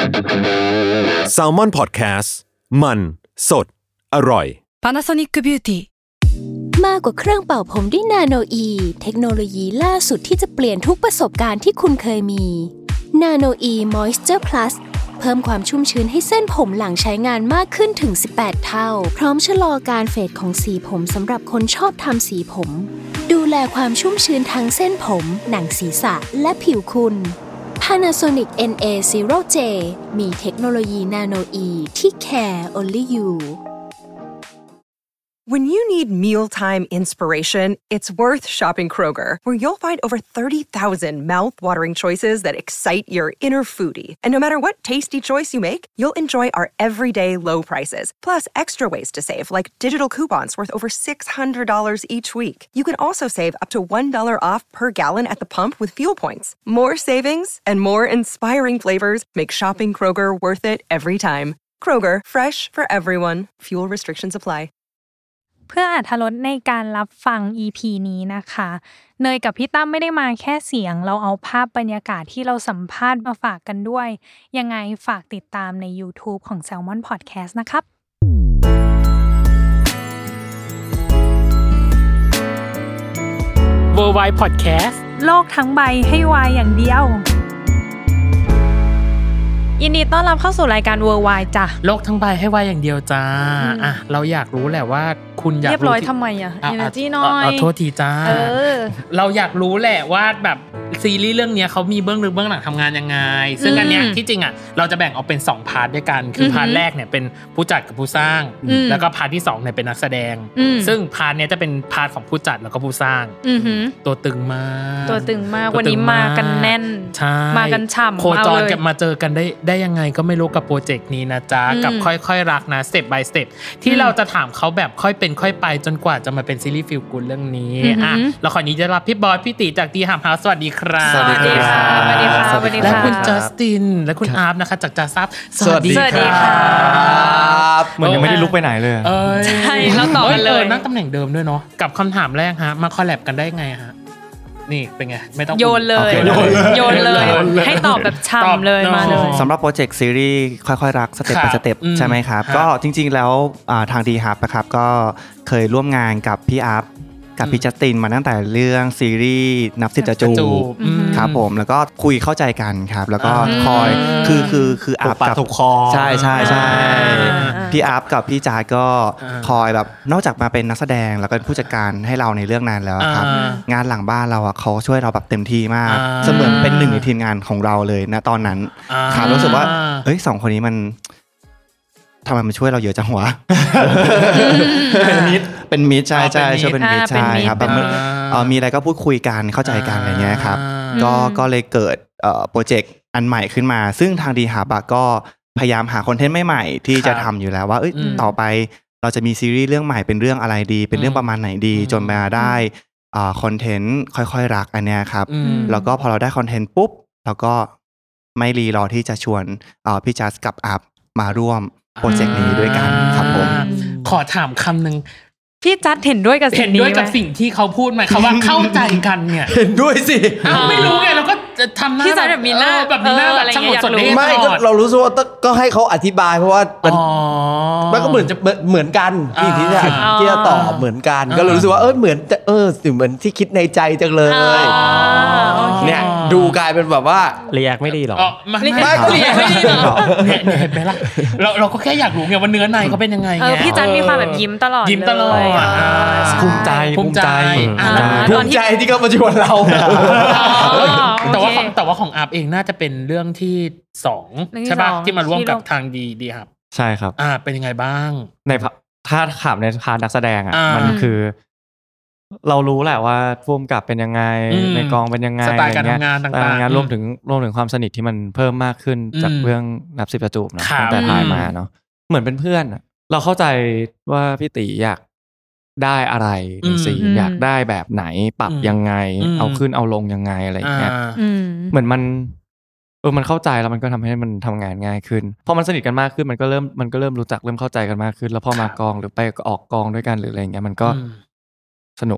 Salmon Podcast มันสดอร่อย Panasonic Beauty มากกว่าเครื่องเป่าผมด้วยนาโนอีเทคโนโลยีล่าสุดที่จะเปลี่ยนทุกประสบการณ์ที่คุณเคยมีนาโนอีมอยส์เจอร์พลัสเพิ่มความชุ่มชื้นให้เส้นผมหลังใช้งานมากขึ้นถึง18เท่าพร้อมชะลอการเฟดของสีผมสำหรับคนชอบทำสีผมดูแลความชุ่มชื้นทั้งเส้นผมหนังศีรษะและผิวคุณ Panasonic NA0J มีเทคโนโลยีนาโนอีที่ care only you When you need mealtime inspiration, it's worth shopping Kroger, where you'll find over 30,000 mouth-watering choices that excite your inner foodie. And no matter what tasty choice you make, you'll enjoy our everyday low prices, plus extra ways to save, like digital coupons worth over $600 each week. You can also save up to $1 off per gallon at the pump with fuel points. More savings and more inspiring flavors make shopping Kroger worth it every time. Kroger, fresh for everyone. Fuel restrictions apply. เพื่ออรรถรสในการรับฟัง EP นี้นะคะเนยกับพี่ตั้มไม่ได้มาแค่เสียงเราเอาภาพบรรยากาศที่เราสัมภาษณ์มาฝากกันด้วยยังไงฝากติดตามใน YouTube ของ Salmon Podcast นะครับ Worldwide Podcast โลกทั้งใบให้วายอย่างเดียวยินดีต้อนรับเข้าสู่รายการ Worldwide จ้ะโลกทั้งใบให้วายอย่างเดียวจ้าอ่ะเราอยากรู้แหละว่าคุณอยากรู้เรียบร้อยทำไมอ่ะ Energy น้อยโทษทีจ้าเราอยากรู้แหละว่าแบบซีรีส์เรื่องนี้เขามีเบื้องลึกเบื้องหลังทำงานยังไงซึ่งอันเนี้ยที่จริงอ่ะเราจะแบ่งออกเป็น2พาร์ทด้วยกันคือพาร์ทแรกเนี่ยเป็นผู้จัดกับผู้สร้างแล้วก็พาร์ทที่2เนี่ยเป็นนักแสดงซึ่งพาร์ทเนี้ยจะเป็นพาร์ทของผู้จัดแล้วก็ผู้สร้างตัวตึงมากวันนี้มากันแน่นมากันฉ่ำโคจรกันมาเจอกันได้ยังไงก็ไม่รู้กับโปรเจกต์นี้นะจ๊ะกับค่อยๆรักนะ step by step ที่เราจะถามเขาแบบค่อยเป็นค่อยไปจนกว่าจะมาเป็นซีรีส์ฟีลกู๊ดเรื่องนี้อ่ะแล้วขอนี้จะรับพี่บอยพี่ตีจากตีหับเฮาส์สวัสดีครับสวัสดีค่ะสวัสดีค่ะสวัสดีค่ะและคุณจัสตินและคุณอาร์ฟนะคะจากจาซับสวัสดีครับเหมือนยังไม่ได้ลุกไปไหนเลยใช่เราต่อกันเลยนั่งตำแหน่งเดิมด้วยเนาะกับคำถามแรกฮะมาคอลแลบกันได้ไงฮะนี่เป็นไงไม่ต้องโยนเลยให้ตอบแบบฉ่ำเลยมาเลยสำหรับโปรเจกต์ซีรีส์ค่อยๆรักสเต็ป by สเต็ปใช่ไหมครับก็จริงๆแล้วทาง D-Hub นะครับก็เคยร่วมงานกับพี่อาร์ฟกับพี่จัสตินมาตั้งแต่เรื่องซีรีส์นับสิบจะจูบครับผมแล้วก็คุยเข้าใจกันครับแล้วก็คอยคืออาร์ฟกับถูกคอใช่พี่อาร์ฟกับพี่จาก็คอยแบบนอกจากมาเป็นนักแสดงแล้วก็ผู้จัดการให้เราในเรื่องนั้นแล้วครับงานหลังบ้านเราอ่ะเขาช่วยเราแบบเต็มที่มากเสมือนเป็นหนึ่งในทีมงานของเราเลยนะตอนนั้นครับรู้สึกว่าเอ้ย2คนนี้มันทำไมมันช่วยเราเยอะจังวะเป็นมิตรใช่ช่วยเป็นมิตรใช่ครับแบบมีอะไรก็พูดคุยกันเข้าใจกันอะไรเงี้ยครับก็เลยเกิดโปรเจกต์อันใหม่ขึ้นมาซึ่งทาง D-Hub ก็พยายามหาคอนเทนต์ใหม่ๆที่จะทำอยู่แล้วว่าต่อไปเราจะมีซีรีส์เรื่องใหม่เป็นเรื่องอะไรดีเป็นเรื่องประมาณไหนดีจนมาได้คอนเทนต์ค่อยๆรักอันเนี้ยครับแล้วก็พอเราได้คอนเทนต์ปุ๊บเราก็ไม่รีรอที่จะชวนพี่จัสกับอัพมาร่วมโปรเจกต์นี้ด้วยกันครับผมขอถามคำหนึ่งพี่จัดเห็นด้วยกับสิ่งนี้ไหมเห็นด้วยกับสิ่งที่เขาพูดไหมเขาว่าเข้าใจกันเนี่ยเห็นด้วยสิไม่รู้ไงเราก็ทำหน้าพี่จัดแบบมีหน้าแบบช่างหมดสนเองไม่ก็เรารู้สึกว่าก็ให้เขาอธิบายเพราะว่ามันก็เหมือนกันที่จะตอบเหมือนกันก็รู้สึกว่าเหมือนที่คิดในใจจังเลยเนี่ยดูกลายเป็นแบบว่าเรียกไม่ดีหรอไม่ก็เรียกไม่ดีหรอเนี่ยเห็นไหมล่ะเราก็แค่อยากรู้ไงว่าเนื้อในเขาเป็นยังไงไงพี่จันมีความแบบยิ้มตลอดภูมิใจที่เขามาชวนเราแต่ว่าของอาร์ฟเองน่าจะเป็นเรื่องที่2ใช่ป่ะที่มาร่วมกับทางดีครับใช่ครับเป็นยังไงบ้างในถ้าถามในพาร์ทนักแสดงมันคือเรารู้แหละว่าร่วมกับเป็นยังไงในกองเป็นยังไงสไตล์การทำงานต่างๆรวมถึงความสนิทที่มันเพิ่มมากขึ้นจากเรื่องนับสิบจะจูบนะตั้งแต่ถ่ายมาเนาะเหมือนเป็นเพื่อนเราเข้าใจว่าพี่ตีอยากได้อะไรในซีนอยากได้แบบไหนปรับยังไงเอาขึ้นเอาลงยังไงอะไรอย่างเงี้ยเหมือนมันเข้าใจแล้วมันก็ทำให้มันทำงานง่ายขึ้นพอมันสนิทกันมากขึ้นมันก็เริ่มรู้จักเริ่มเข้าใจกันมากขึ้นแล้วพอมากองหรือไปออกกองด้วยกันหรืออะไรอย่างเงี้ยมันก็สนุก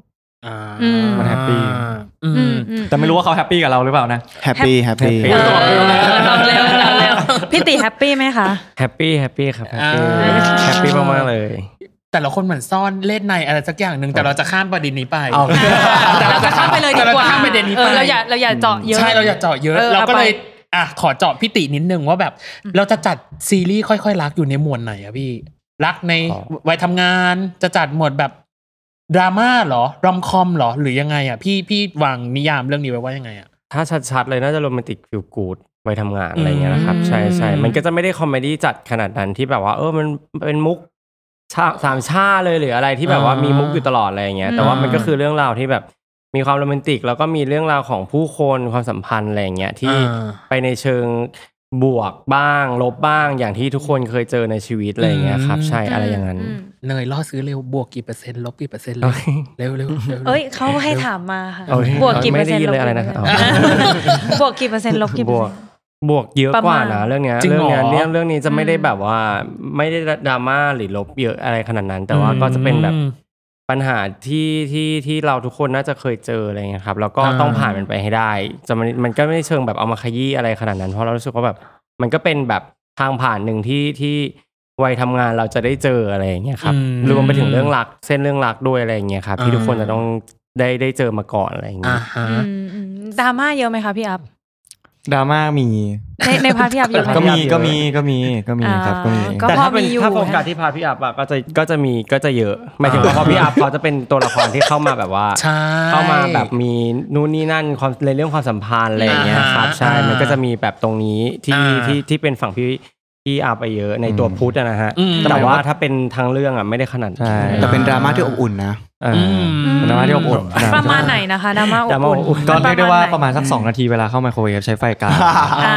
มันแฮปปี้แต่ไม่รู้ว่าเขาแฮปปี้กับเราหรือเปล่านะแฮปปี้ลองเร็วพี่ติแฮปปี้ไหมคะแฮปปี้ครับแฮปปี้มากๆเลยแต่ละคนเหมือนซ่อนเล่นในอะไรสักอย่างนึงแต่เราจะข้ามประเด็นนี้ไปแต่เราจะข้ามไปเลยดีกว่าข้ามประเด็นนี้ไปเราอย่าเจาะเยอะใช่เราอย่าเจาะเยอะเราก็เลยขอเจาะพี่ตินิดนึงว่าแบบเราจะจัดซีรีส์ค่อยๆรักอยู่ในหมวดไหนอะพี่รักในวัยทำงานจะจัดหมวดแบบดราม่าเหรอรอมคอมเหรอหรือยังไงอะพี่วางนิยามเรื่องนี้ไว้ว่ายังไงอะถ้าชัดๆเลยน่าจะโรแมนติกฟีลกู๊ดวัยทำงานอะไรเงี้ยนะครับใช่มันก็จะไม่ได้คอมเมดี้จัดขนาดนั้นที่แบบว่ามันเป็นมุกสามชาเลยหรืออะไรที่แบบว่ามีมุกอยู่ตลอดอะไรอย่างเงี้ยแต่ว่ามันก็คือเรื่องราวที่แบบมีความโรแมนติกแล้วก็มีเรื่องราวของผู้คนความสัมพันธ์อะไรอย่างเงี้ยที่ไปในเชิงบวกบ้างลบบ้างอย่างที่ทุกคนเคยเจอในชีวิตอะไรอย่างเงี้ยครับใช่อะไรอย่างนั้นเนยล่อซื้อเร็วบวกกี่เปอร์เซ็นต์ลบกี่เปอร์เซ็นต์เร็วเขาให้ถามมาค่ะบวกกี่เปอร์เซ็นต์ลบอะไรนะครับบวกกี่เปอร์เซ็นต์ลบกี่เปอร์เซ็นต์บวกเยอะกว่านะเรื่องนี้จะไม่ได้แบบว่าไม่ได้ดราม่าหรือลบเยอะอะไรขนาดนั้นแต่ว่าก็จะเป็นแบบปัญหาที่เราทุกคนน่าจะเคยเจออะไรเงี้ยครับแล้วก็ต้องผ่านมันไปให้ได้มันก็ไม่ได้เชิงแบบเอามาขยี้อะไรขนาดนั้นเพราะเรารู้สึกว่าแบบมันก็เป็นแบบทางผ่านหนึ่งที่วัยทำงานเราจะได้เจออะไรอย่างเงี้ยครับรวมไปถึงเรื่องรักเส้นเรื่องรักด้วยอะไรอย่างเงี้ยครับที่ทุกคนจะต้องได้เจอมาก่อนอะไรอย่างเงี้ยดราม่าเยอะไหมคะพี่อัพดราม่ามีในพาร์ทพี่อัพอยู่ก็มีครับก็มีแต่ถ้าโฟกัสที่พาร์ทพี่อัพก็จะเยอะหมายถึงว่าพอพี่อัพเขาจะเป็นตัวละครที่เข้ามาแบบว่าเข้ามาแบบมีนู่นนี่นั่นความในเรื่องความสัมพันธ์อะไรอย่างเงี้ยครับใช่มันก็จะมีแบบตรงนี้ที่เป็นฝั่งพี่อัพไปเยอะในตัวพุทธนะฮะแต่ว่าถ้าเป็นทางเรื่องไม่ได้ขนาดแต่เป็นดราม่าที่อบอุ่นนะดราม่าที่อบอุ่นประมาณไหนนะคะดราม่าอบอุ่นก็เรียกได้ว่าประมาณสัก2นาทีเวลาเข้าไมโครเวฟใช้ไฟกลาง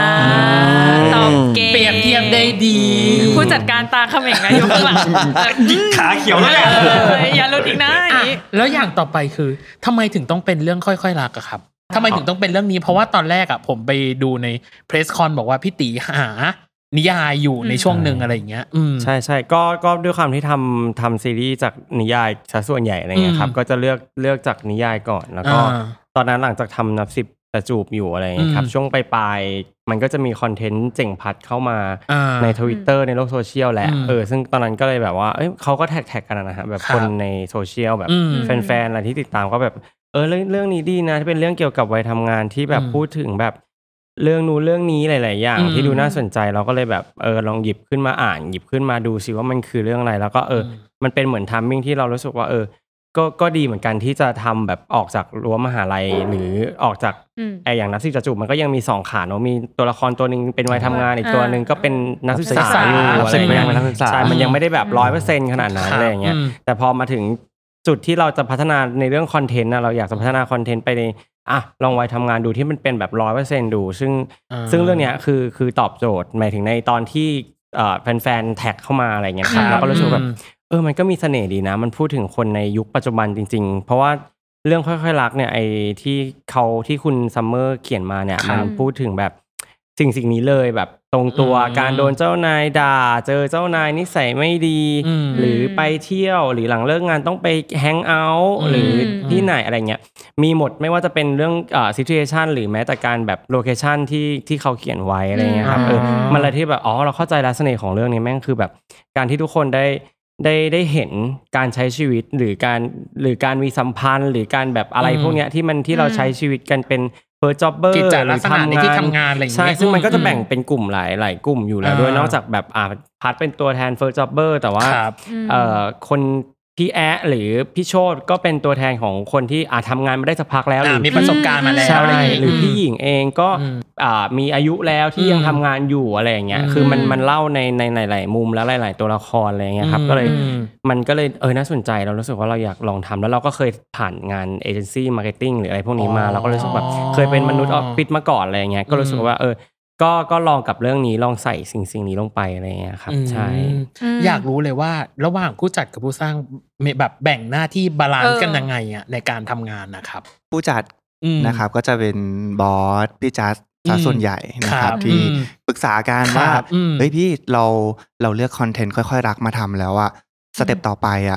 เปรียบเทียบได้ดีผู้จัดการตาเขม่งอยู่ข้างหลังขาเขียวแล้วอย่าหลุดอีกนะแล้วอย่างต่อไปคือทำไมถึงต้องเป็นเรื่องค่อยๆรักอะครับทำไมถึงต้องเป็นเรื่องนี้เพราะว่าตอนแรกผมไปดูในเพรสคอนบอกว่าพี่ตีหานิยายอยู่ในช่วงหนึ่งอะไรอย่างเงี้ยใช่ก็ด้วยความที่ทำซีรีส์จากนิยายซะส่วนใหญ่อะไรเงี้ยครับก็จะเลือกจากนิยายก่อนแล้วก็ตอนนั้นหลังจากทำนับ10แต่จูบอยู่อะไรเงี้ยครับช่วงปลายมันก็จะมีคอนเทนต์เจ๋งพัดเข้ามาใน Twitter ในโลกโซเชียลแหละซึ่งตอนนั้นก็เลยแบบว่าเขาก็แท็กกันนะฮะแบบคนในโซเชียลแบบแฟนๆอะไรที่ติดตามก็แบบเรื่องนี้ดีนะที่เป็นเรื่องเกี่ยวกับวัยทำงานที่แบบพูดถึงแบบเรื่องนู้นเรื่องนี้หลายๆอย่างที่ดูน่าสนใจเราก็เลยแบบลองหยิบขึ้นมาอ่านหยิบขึ้นมาดูสิว่ามันคือเรื่องอะไรแล้วก็มันเป็นเหมือนทัมมิ่งที่เรารู้สึกว่าก็ดีเหมือนกันที่จะทำแบบออกจากรั้วมหาลัยหรือออกจากอย่างนักศึกษาจูบมันก็ยังมี2ขาเนาะมีตัวละครตัวนึงเป็นวัยทำงานอีกตัวนึงก็เป็นนักศึกษาอยู่อะไรอย่างเงี้ยใช่มันยังไม่ได้แบบ 100% ขนาดนั้นอะไรอย่างเงี้ยแต่พอมาถึงจุดที่เราจะพัฒนาในเรื่องคอนเทนต์เราอยากจะพัฒนาคอนเทนต์ไปในลองวัยทำงานดูที่มันเป็นแบบ 100% ดูซึ่งเรื่องเนี้ยคือตอบโจทย์หมายถึงในตอนที่แฟนๆแท็กเข้ามาอะไรเงี้ยครับเราก็รู้สึกแบบมันก็มีเสน่ห์ดีนะมันพูดถึงคนในยุคปัจจุบันจริงๆเพราะว่าเรื่องค่อยๆรักเนี่ยไอ้ที่คุณซัมเมอร์เขียนมาเนี่ยมันพูดถึงแบบสิ่งนี้เลยแบบตรงตัวการโดนเจ้านายด่าเจอเจ้านายนิสัยไม่ดีหรือไปเที่ยวหรือหลังเลิกงานต้องไปแฮงเอาท์หรือที่ไหนอะไรเงี้ยมีหมดไม่ว่าจะเป็นเรื่องsituation หรือแม้แต่การแบบโลเคชั่นที่เขาเขียนไว้อะไรเงี้ยครับมันอะไรที่แบบเราเข้าใจลักษณะของเรื่องนี้แม่งคือแบบการที่ทุกคนได้เห็นการใช้ชีวิตหรือการมีสัมพันธ์หรือการแบบอะไรพวกเนี้ยที่เราใช้ชีวิตกันเป็นจ็อบเบอร์กิจลักษณะในที่ทำงานอะไรอย่างเงี้ยใช่ซึ่งมันก็จะแบ่งเป็นกลุ่มหลายกลุ่มอยู่แล้วด้วยนอกจากแบบพาร์ทเป็นตัวแทนจ็อบเบอร์แต่ว่าคนพี่แอะหรือพี่โชติก็เป็นตัวแทนของคนที่ทำงานมาได้สักพักแล้วหรือมีประสบการณ์มาแล้วอะไรอย่างเงี้ยหรือพี่หญิงเองก็มีอายุแล้วที่ยังทำงานอยู่อะไรอย่างเงี้ยคือมันเล่าในหลายๆมุมแล้วหลายๆตัวละครอะไรอย่างเงี้ยครับก็เลยน่าสนใจเรารู้สึกว่าเราอยากลองทำแล้วเราก็เคยผ่านงานเอเจนซี่มาร์เก็ตติ้งหรืออะไรพวกนี้มาเราก็รู้สึกแบบเคยเป็นมนุษย์ออฟฟิศมาก่อนอะไรอย่างเงี้ยก็รู้สึกว่าก็ลองกับเรื่องนี้ลองใส่สิ่งนี้ลงไปอะไรอย่างเงี้ยครับใช่อยากรู้เลยว่าระหว่างผู้จัดกับผู้สร้างแบบแบ่งหน้าที่บาลานซ์กันยังไงในการทำงานนะครับผู้จัดนะครับก็จะเป็นบอสพี่จัสส่วนใหญ่นะครับที่ปรึกษากันว่าเฮ้ยพี่เราเลือกคอนเทนต์ค่อยๆรักมาทำแล้วอะสเต็ปต่อไปอะ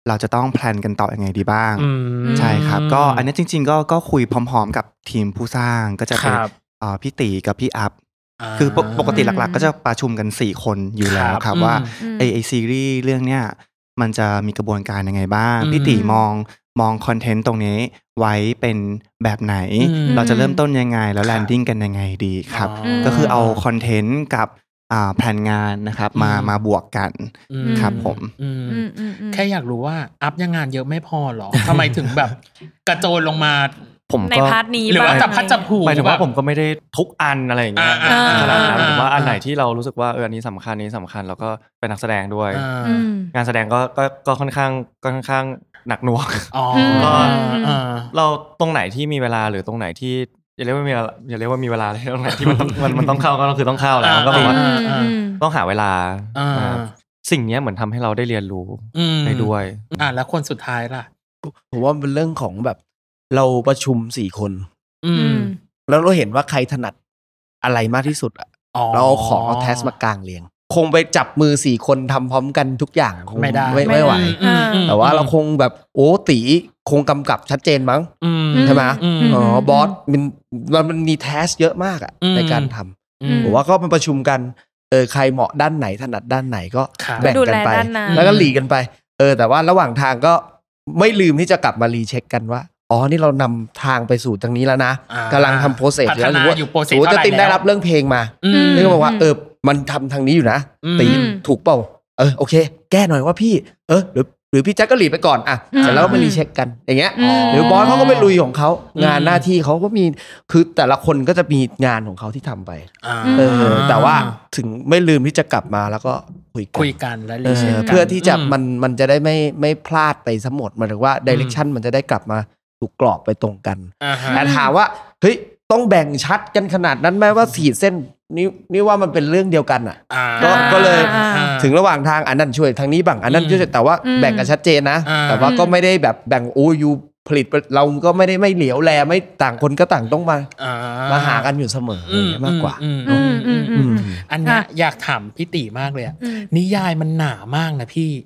เราจะต้องแพลนกันต่อยังไงดีบ้างใช่ครับก็อันนี้จริงๆก็คุยพร้อมๆกับทีมผู้สร้างก็จะเป็นพี่ตีกับพี่อัพคือปกติหลักๆก็จะประชุมกัน4คนอยู่แล้วครับว่าไอซีรีส์เรื่องเนี้ยมันจะมีกระบวนการยังไงบ้างพี่ตีมองคอนเทนต์ตรงนี้ไว้เป็นแบบไหนเราจะเริ่มต้นยังไงแล้วแลนดิ้งกันยังไงดีครับก็คือเอาคอนเทนต์กับแผนงานนะครับมาบวกกันครับผมแค่อยากรู้ว่าอัพยังงานเยอะไม่พอหรอทำไมถึงแบบกระโจนลงมาผมในพาร์ทนี้หรือว่าจับพัดจับผูหมายถึงว่าผมก็ไม่ได้ทุกอันอะไรอย่างเงี้ยขนาดนั้นผมว่าอันไหนที่เรารู้สึกว่าอันนี้สำคัญนี้สำคัญแล้วก็เป็นนักแสดงด้วยงานแสดงก็ค่อนข้ข้างหนักหน่วงก็เราตรงไหนที่มีเวลาหรือตรงไหนที่อย่าเรียกว่ามีเวลาเลยตรงไหนที่มันต้องเข้าก็คือต้องเข้าแล้วก็บอกว่าต้องหาเวลาสิ่งนี้เหมือนทำให้เราได้เรียนรู้ได้ด้วยแล้วคนสุดท้ายล่ะผมว่าเป็นเรื่องของแบบเราประชุม4คนแล้วเราเห็นว่าใครถนัดอะไรมากที่สุดเราเอาของเอาแทสมากลางเรียงคงไปจับมือ4คนทำพร้อมกันทุกอย่างคงไม่ไหวแต่ว่าเราคงแบบตีคงกำกับชัดเจนมั้งใช่ไหมบอสมันมีแทสเยอะมากในการทำผมว่าก็มาประชุมกันใครเหมาะด้านไหนถนัดด้านไหนก็แบ่งกันไปแล้วก็หลีกกันไปแต่ว่าระหว่างทางก็ไม่ลืมที่จะกลับมารีเช็คกันว่านี่เรานำทางไปสู่ตรงนี้แล้วนะกำลังทำโปรเซสแล้วหรือว่าจะตินได้รับเรื่องเพลงมานี่ก็บอกว่ามันทำทางนี้อยู่นะตีถูกเปล่าโอเคแก้หน่อยว่าพี่หรือพี่แจ็คก็หลีไปก่อนเสร็จแล้วก็มารีเช็คกันอย่างเงี้ยหรือบอสเขาก็ไปลุยของเขางานหน้าที่เขาก็มีคือแต่ละคนก็จะมีงานของเขาที่ทำไปแต่ว่าถึงไม่ลืมที่จะกลับมาแล้วก็คุยกันและรีเช็คกันเพื่อที่จะมันจะได้ไม่พลาดไปทั้งหมดหมายถึงว่าดิเรกชันมันจะได้กลับมาถูกกรอบไปตรงกันแต่ถามว่าเฮ้ยต้องแบ่งชัดกันขนาดนั้นไหมว่า4 เส้นนี่ว่ามันเป็นเรื่องเดียวกันก็เลยถึงระหว่างทางอันนั้นช่วยทางนี้บ้างอันนั้นช่วยแต่ว่าแบ่งกันชัดเจนนะแต่ว่าก็ไม่ได้แบบแบ่งยูผลิตเราก็ไม่ได้ไม่เหลียวแลไม่ต่างคนก็ต่างต้องมาหากันอยู่เสมอมากกว่าอันนี้อยากถามพี่ตีมากเลยนิยายมันหนามากนะพี่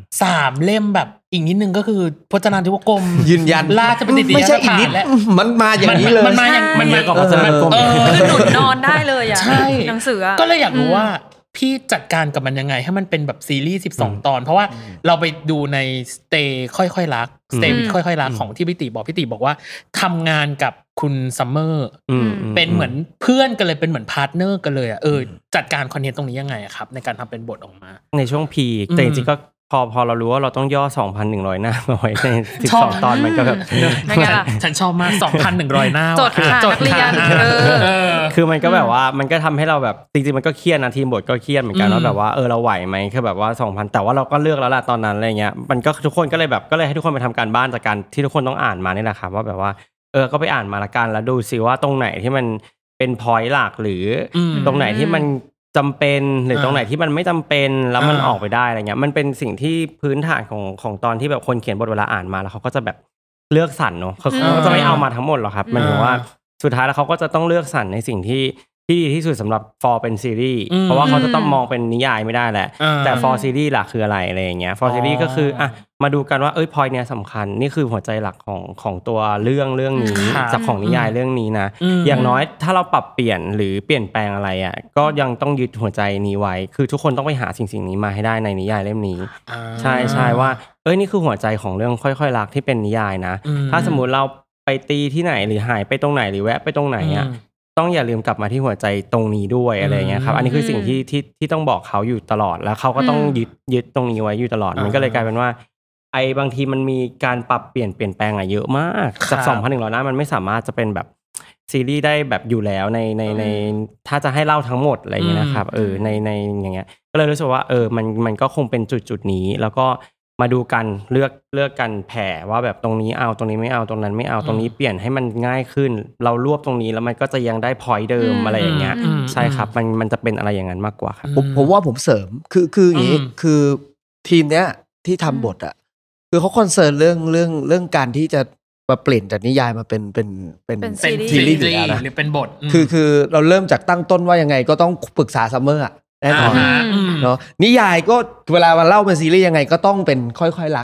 3 เล่มแบบอีกนิดนึงก็คือพจนานุกรมยืนยันราชบัณฑิตยสถานไม่ใช่อีกนิดมันมาอย่างนี้เลยมันเยอะกว่าพจนานุกรมคือหนุนนอนได้เลยหนังสือก็เลยอยากรู้ว่าพี่จัดการกับมันยังไงให้มันเป็นแบบซีรีส์12 ตอนเพราะว่าเราไปดูใน Stay ค่อยๆรัก Stay ค่อยๆรักของที่พี่ตีบอกว่าทำงานกับคุณซัมเมอร์เป็นเหมือนเพื่อนกันเลยเป็นเหมือนพาร์ทเนอร์กันเลยจัดการคอนเทนต์ตรงนี้ยังไงครับในการทำเป็นบทออกมาในช่วงพีแต่จริงๆก็พอเรารู้ว่าเราต้องย่อ 2,100 หน้ามาไว้ใน12 ตอนมันก็แบบฉันชอบมาก 2,100 หน้าจดนักเรียนคือมันก็แบบว่ามันก็ทำให้เราแบบจริงๆมันก็เครียดนะทีมบทก็เครียดเหมือนกันว่าแบบว่าเราไหวไหมคือแบบว่า 2,000 แต่ว่าเราก็เลือกแล้วล่ะตอนนั้นอะไรเงี้ยมันก็ทุกคนก็เลยให้ทุกคนไปทำการบ้านจากการที่ทุกคนต้องอ่านมานี่แหละครับว่าแบบว่าก็ไปอ่านมาละกันแล้วดูสิว่าตรงไหนที่มันเป็นพอยต์หลักหรือตรงไหนที่มันจำเป็นหรือตรงไหนที่มันไม่จำเป็นแล้วมันออกไปได้อะไรเงี้ยมันเป็นสิ่งที่พื้นฐานของตอนที่แบบคนเขียนบทเวลาอ่านมาแล้วเขาก็จะแบบเลือกสรรเนาะเขาจะไม่เอามาทั้งหมดหรอกครับมันถือว่าสุดท้ายแล้วเขาก็จะต้องเลือกสรรในสิ่งที่ดีที่สุดสำหรับ for เป็นซีรีส์เพราะว่าเขาจะต้องมองเป็นนิยายไม่ได้แหละแต่ for ซีรีส์หลักคืออะไรอย่างเงี้ย for ซีรีส์ก็คือมาดูกันว่าpoint เนี้ยสำคัญนี่คือหัวใจหลักของตัวเรื่องนี้จากของนิยายเรื่องนี้นะอย่างน้อยถ้าเราปรับเปลี่ยนหรือเปลี่ยนแปลงอะไรก็ยังต้องยึดหัวใจนี้ไว้คือทุกคนต้องไปหาสิ่งนี้มาให้ได้ในนิยายเล่มนี้ใช่ว่านี่คือหัวใจของเรื่องค่อยๆรักที่เป็นนิยายนะถ้าสมมุติเราไปตีที่ไหนหรือหายไปตรงไหนหรือแวะไปตรงไหนต้องอย่าลืมกลับมาที่หัวใจตรงนี้ด้วยอะไรเงี้ยครับอันนี้คือสิ่งที่ต้องบอกเขาอยู่ตลอดแล้วเขาก็ต้องยึดตรงนี้ไว้อยู่ตลอดมันก็เลยกลายเป็นว่าบางทีมันมีการปรับเปลี่ยนแปลงเยอะมากจาก 2,100 หน้ามันไม่สามารถจะเป็นแบบซีรีส์ได้แบบอยู่แล้วในถ้าจะให้เล่าทั้งหมดอะไรอย่างเงี้ยนะครับในอย่างเงี้ยก็เลยรู้สึกว่ามันก็คงเป็นจุดนี้แล้วก็มาดูกันเลือกกันแผ่ว่าแบบตรงนี้เอาตรงนี้ไม่เอาตรงนั้นไม่เอาตรงนี้เปลี่ยนให้มันง่ายขึ้นเรารวบตรงนี้แล้วมันก็จะยังได้พอยต์เดิมอะไรอย่างเงี้ยใช่ครับมันจะเป็นอะไรอย่างนั้นมากกว่าครับผมว่าผมเสริมคืออย่างนี้คือทีมเนี้ยที่ทำบทคือเขาคอนเซิร์นเรื่องการที่จะมาเปลี่ยนจากนิยายมาเป็นซีรีส์อยู่แล้วนะหรือเป็นบทคือเราเริ่มจากตั้งต้นว่ายังไงก็ต้องปรึกษาซัมเมอร์แน่นอนเนาะนิยายก็เวลามาเล่าเป็นซีรีส์ยังไงก็ต้องเป็นค่อยๆรัก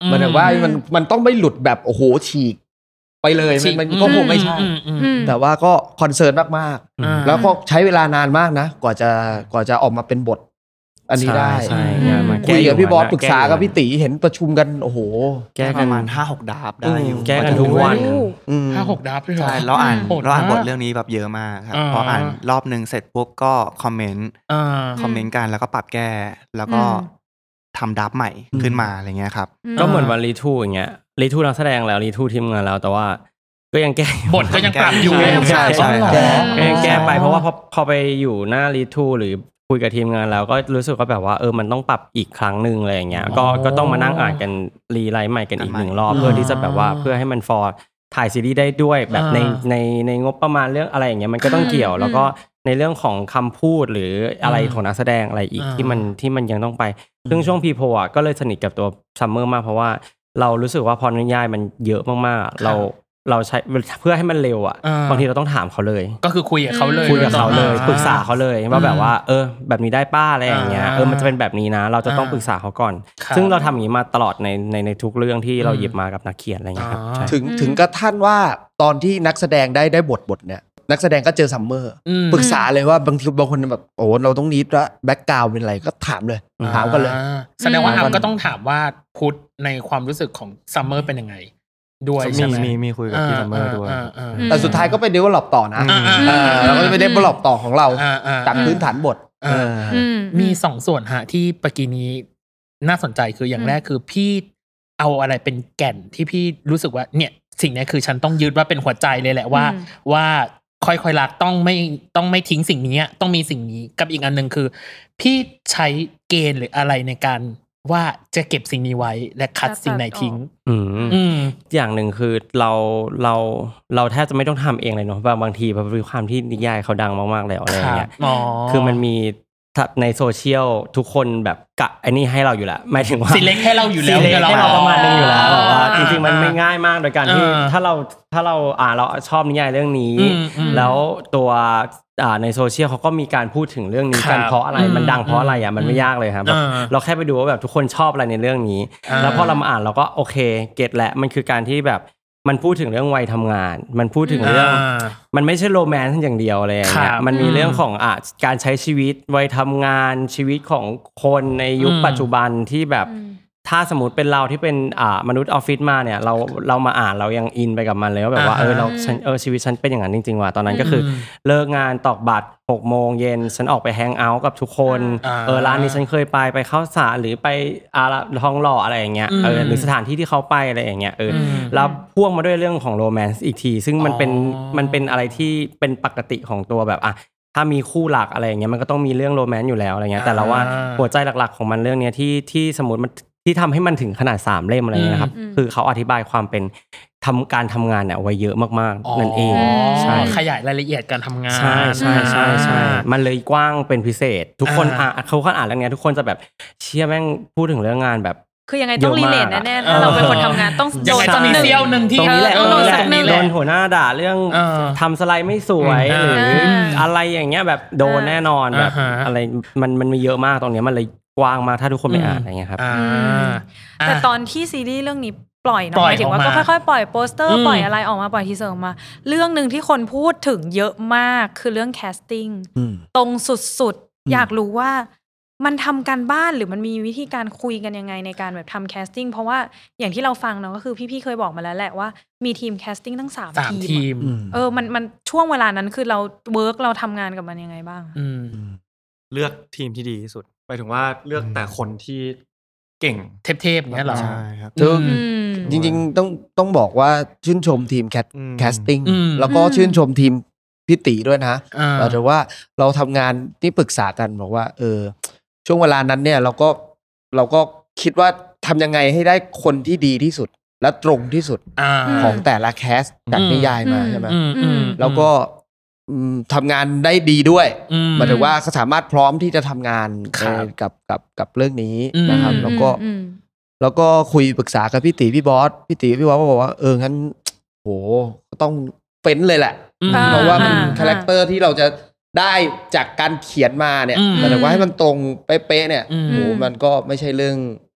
มันแบบว่ามันต้องไม่หลุดแบบโอ้โหฉีกไปเลยมันก็คงไม่ใช่แต่ว่าก็คอนเซิร์นมากๆแล้วก็ใช้เวลานานมากนะกว่าจะออกมาเป็นบทอันนี้ได้คุยกับพี่บอสปรึกษากับพี่ตีเห็นประชุมกันโอ้โหแก้ประมาณ 5-6 ดราฟได้อยู่แก้กันทุกวัน 5-6 ดราฟใช่เราอ่านบทเรื่องนี้แบบเยอะมากครับพออ่านรอบนึงเสร็จปุ๊บก็คอมเมนต์กันแล้วก็ปรับแก้แล้วก็ทำดราฟใหม่ขึ้นมาอะไรเงี้ยครับก็เหมือนวันรีทูอย่างเงี้ยรีทูนักแสดงแล้วรีทูทีมงานแล้วแต่ว่าก็ยังแก้บทก็ยังปรับอยู่ใช่ยังแก้ไปเพราะว่าพอไปอยู่หน้ารีทูหรือคุยกับทีมงานแล้วก็รู้สึกว่าแบบว่ามันต้องปรับอีกครั้งนึงอะไรอย่างเงี้ยก็ต้องมานั่งอ่านกันรีไลท์ใหม่กันอีก1รอบเพื่อที่จะแบบว่าเพื่อให้มันฟอร์ถ่ายซีรีส์ได้ด้วยแบบในงบประมาณเรื่องอะไรอย่างเงี้ยมันก็ต้องเกี่ยวแล้วก็ในเรื่องของคำพูดหรืออะไรของนักแสดงอะไรอีกที่มันยังต้องไปซึ่งช่วงพีโพอ่ะก็เลยสนิทกับตัวซัมเมอร์มากเพราะว่าเรารู้สึกว่าพอนิยายมันเยอะมากๆเราใช้เพื่อให้มันเร็วอ่ะบางทีเราต้องถามเขาเลยก็คือคุยกับเขาเลยปรึกษาเขาเลยว่าแบบว่าแบบนี้ได้ป้าอะไรอย่างเงี้ยมันจะเป็นแบบนี้นะเราจะต้องปรึกษาเขาก่อนซึ่งเราทำอย่างนี้มาตลอดในทุกเรื่องที่เราหยิบมากับนักเขียนอะไรเงี้ยครับถึงกระทั่งว่าตอนที่นักแสดงได้บทเนี่ยนักแสดงก็เจอซัมเมอร์ปรึกษาเลยว่าบางคนแบบโอ้เราต้องนิดละแบ็คกราวด์เป็นอะไรก็ถามเลยถามกันเลยแสดงว่าอัพก็ต้องถามว่าพุทธในความรู้สึกของซัมเมอร์เป็นยังไงด้วยใช่ไหมมีคุยกับพี่ซัมเมอร์ด้วยแต่สุดท้ายก็ไปdevelopต่อนะแล้วก็ไปdevelopต่อของเราจากพื้นฐานบทมี2ส่วนฮะที่ปกี้นี้น่าสนใจคืออย่างแรกคือพี่เอาอะไรเป็นแก่นที่พี่รู้สึกว่าเนี่ยสิ่งนี้คือฉันต้องยึดว่าเป็นหัวใจเลยแหละว่าค่อยๆรักต้องไม่ทิ้งสิ่งนี้ต้องมีสิ่งนี้กับอีกอันนึงคือพี่ใช้เกณฑ์หรืออะไรในการว่าจะเก็บสิ่งนี้ไว้และคัดสิ่งไหนทิ้งอย่างหนึ่งคือเราแทบจะไม่ต้องทำเองเลยเนาะบางทีเพราะความที่นิยายเขาดังมากๆแล้วอะไรอย่างเงี้ยคือมันมีในโซเชียลทุกคนแบบกะไอ้นี่ให้เราอยู่แล้วหมายถึงว่าซีเล็กให้เราอยู่แล้วเราประมาณนึงอยู่แล้วแบบว่าจริงๆมันไม่ง่ายมากโดยการที่ถ้าเราเราชอบนิยายเรื่องนี้แล้วตัวในโซเชียลเขาก็มีการพูดถึงเรื่องนี้กันเพราะอะไรมันดังเพราะอะไรมันไม่ยากเลยครับเราแค่ไปดูว่าแบบทุกคนชอบอะไรในเรื่องนี้แล้วพอเรามาอ่านเราก็โอเคเก็ทแหละมันคือการที่แบบมันพูดถึงเรื่องวัยทำงานมันพูดถึงเรื่องมันไม่ใช่โรแมนต์อย่างเดียวอะไรอย่างเงี้ยมันมีเรื่องของการใช้ชีวิตวัยทำงานชีวิตของคนในยุคปัจจุบันที่แบบถ้าสมมติเป็นเราที่เป็นมนุษย์ออฟฟิศมาเนี่ยเรามาอ่านเรายังอินไปกับมันเลยว่าแบบว่าชีวิตฉันเป็นอย่างนั้นจริงๆว่ะตอนนั้นก็คือเลิกงานตอกบัตร 18:00 นฉันออกไปแฮงเอาท์กับทุกคนร้านนี้ฉันเคยไปเข้าสารหรือไปทองหล่ออะไรอย่างเงี้ยหรือสถานที่ที่เขาไปอะไรอย่างเงี้ยแล้วพ่วงมาด้วยเรื่องของโรแมนต์อีกทีซึ่งมันเป็นอะไรที่เป็นปกติของตัวแบบถ้ามีคู่หลักอะไรอย่างเงี้ยมันก็ต้องมีเรื่องโรแมนต์อยู่แล้วอะไรเงี้ยแต่เราว่าหัวใจหลักๆของมันเรื่องเนี้ยที่สมมุติมันที่ทำให้มันถึงขนาด3เล่มอะไรเงี้ยครับคือเขาอธิบายความเป็นการทำงานเนี่ยไว้เยอะมากๆนั่นเองใช่ขยายรายละเอียดการทำงานใช่มันเลยกว้างเป็นพิเศษทุกคนเขาอ่านเรื่องนี้ทุกคนจะแบบเชี่ยแม่งพูดถึงเรื่องงานแบบคือยังไงต้องรีเลทแน่ๆเราเป็นคนทำงานต้องโดนจะมีเซี่ยวนึงที่ตรงนี้แหละโดนหัวหน้าด่าเรื่องทำสไลด์ไม่สวยหรืออะไรอย่างเงี้ยแบบโดนแน่นอนแบบอะไรมันมีเยอะมากตรงนี้มันเลยกว้างมากถ้าทุกคนไม่อ่านอะไรเงี้ยครับแต่ตอนที่ซีรีส์เรื่องนี้ปล่อยนะหมายถึงว่าก็ค่อยๆปล่อยโปสเตอร์ปล่อยอะไรออกมาปล่อยทีเซอร์ออกมาเรื่องนึงที่คนพูดถึงเยอะมากคือเรื่องแคสติ้งตรงสุดๆอยากรู้ว่ามันทำการบ้านหรือมันมีวิธีการคุยกันยังไงในการแบบทำแคสติ้งเพราะว่าอย่างที่เราฟังเนาะก็คือพี่ๆเคยบอกมาแล้วแหละว่ามีทีมแคสติ้งตั้ง3ทีมมันช่วงเวลานั้นคือเราเวิร์กเราทำงานกับมันยังไงบ้างเลือกทีมที่ดีที่สุดหมายถึงว่าเลือกแต่คนที่เก่งเทพๆเนี่ยหรอใช่ครับจริงๆต้องบอกว่าชื่นชมทีมแคสติ้งแล้วก็ชื่นชมทีมพี่ตีด้วยนะแต่ว่าเราทำงานที่ปรึกษากันบอกว่าช่วงเวลานั้นเนี่ยเราก็คิดว่าทำยังไงให้ได้คนที่ดีที่สุดและตรงที่สุดของแต่ละแคสจากนิยายมาใช่ไหมแล้วก็ทำงานได้ดีด้วยหมายถึงว่าเขาสามารถพร้อมที่จะทำงานกับเรื่องนี้นะครับแล้วก็คุยปรึกษากับพี่ตีพี่บอสก็บอกว่างั้นโหต้องเฟ้นเลยแหละเพราะว่ามันคาแรคเตอร์ที่เราจะได้จากการเขียนมาเนี่ยหมายถึงว่าให้มันตรงเป๊ะๆเนี่ยโหมันก็ไม่ใช่เรื่อง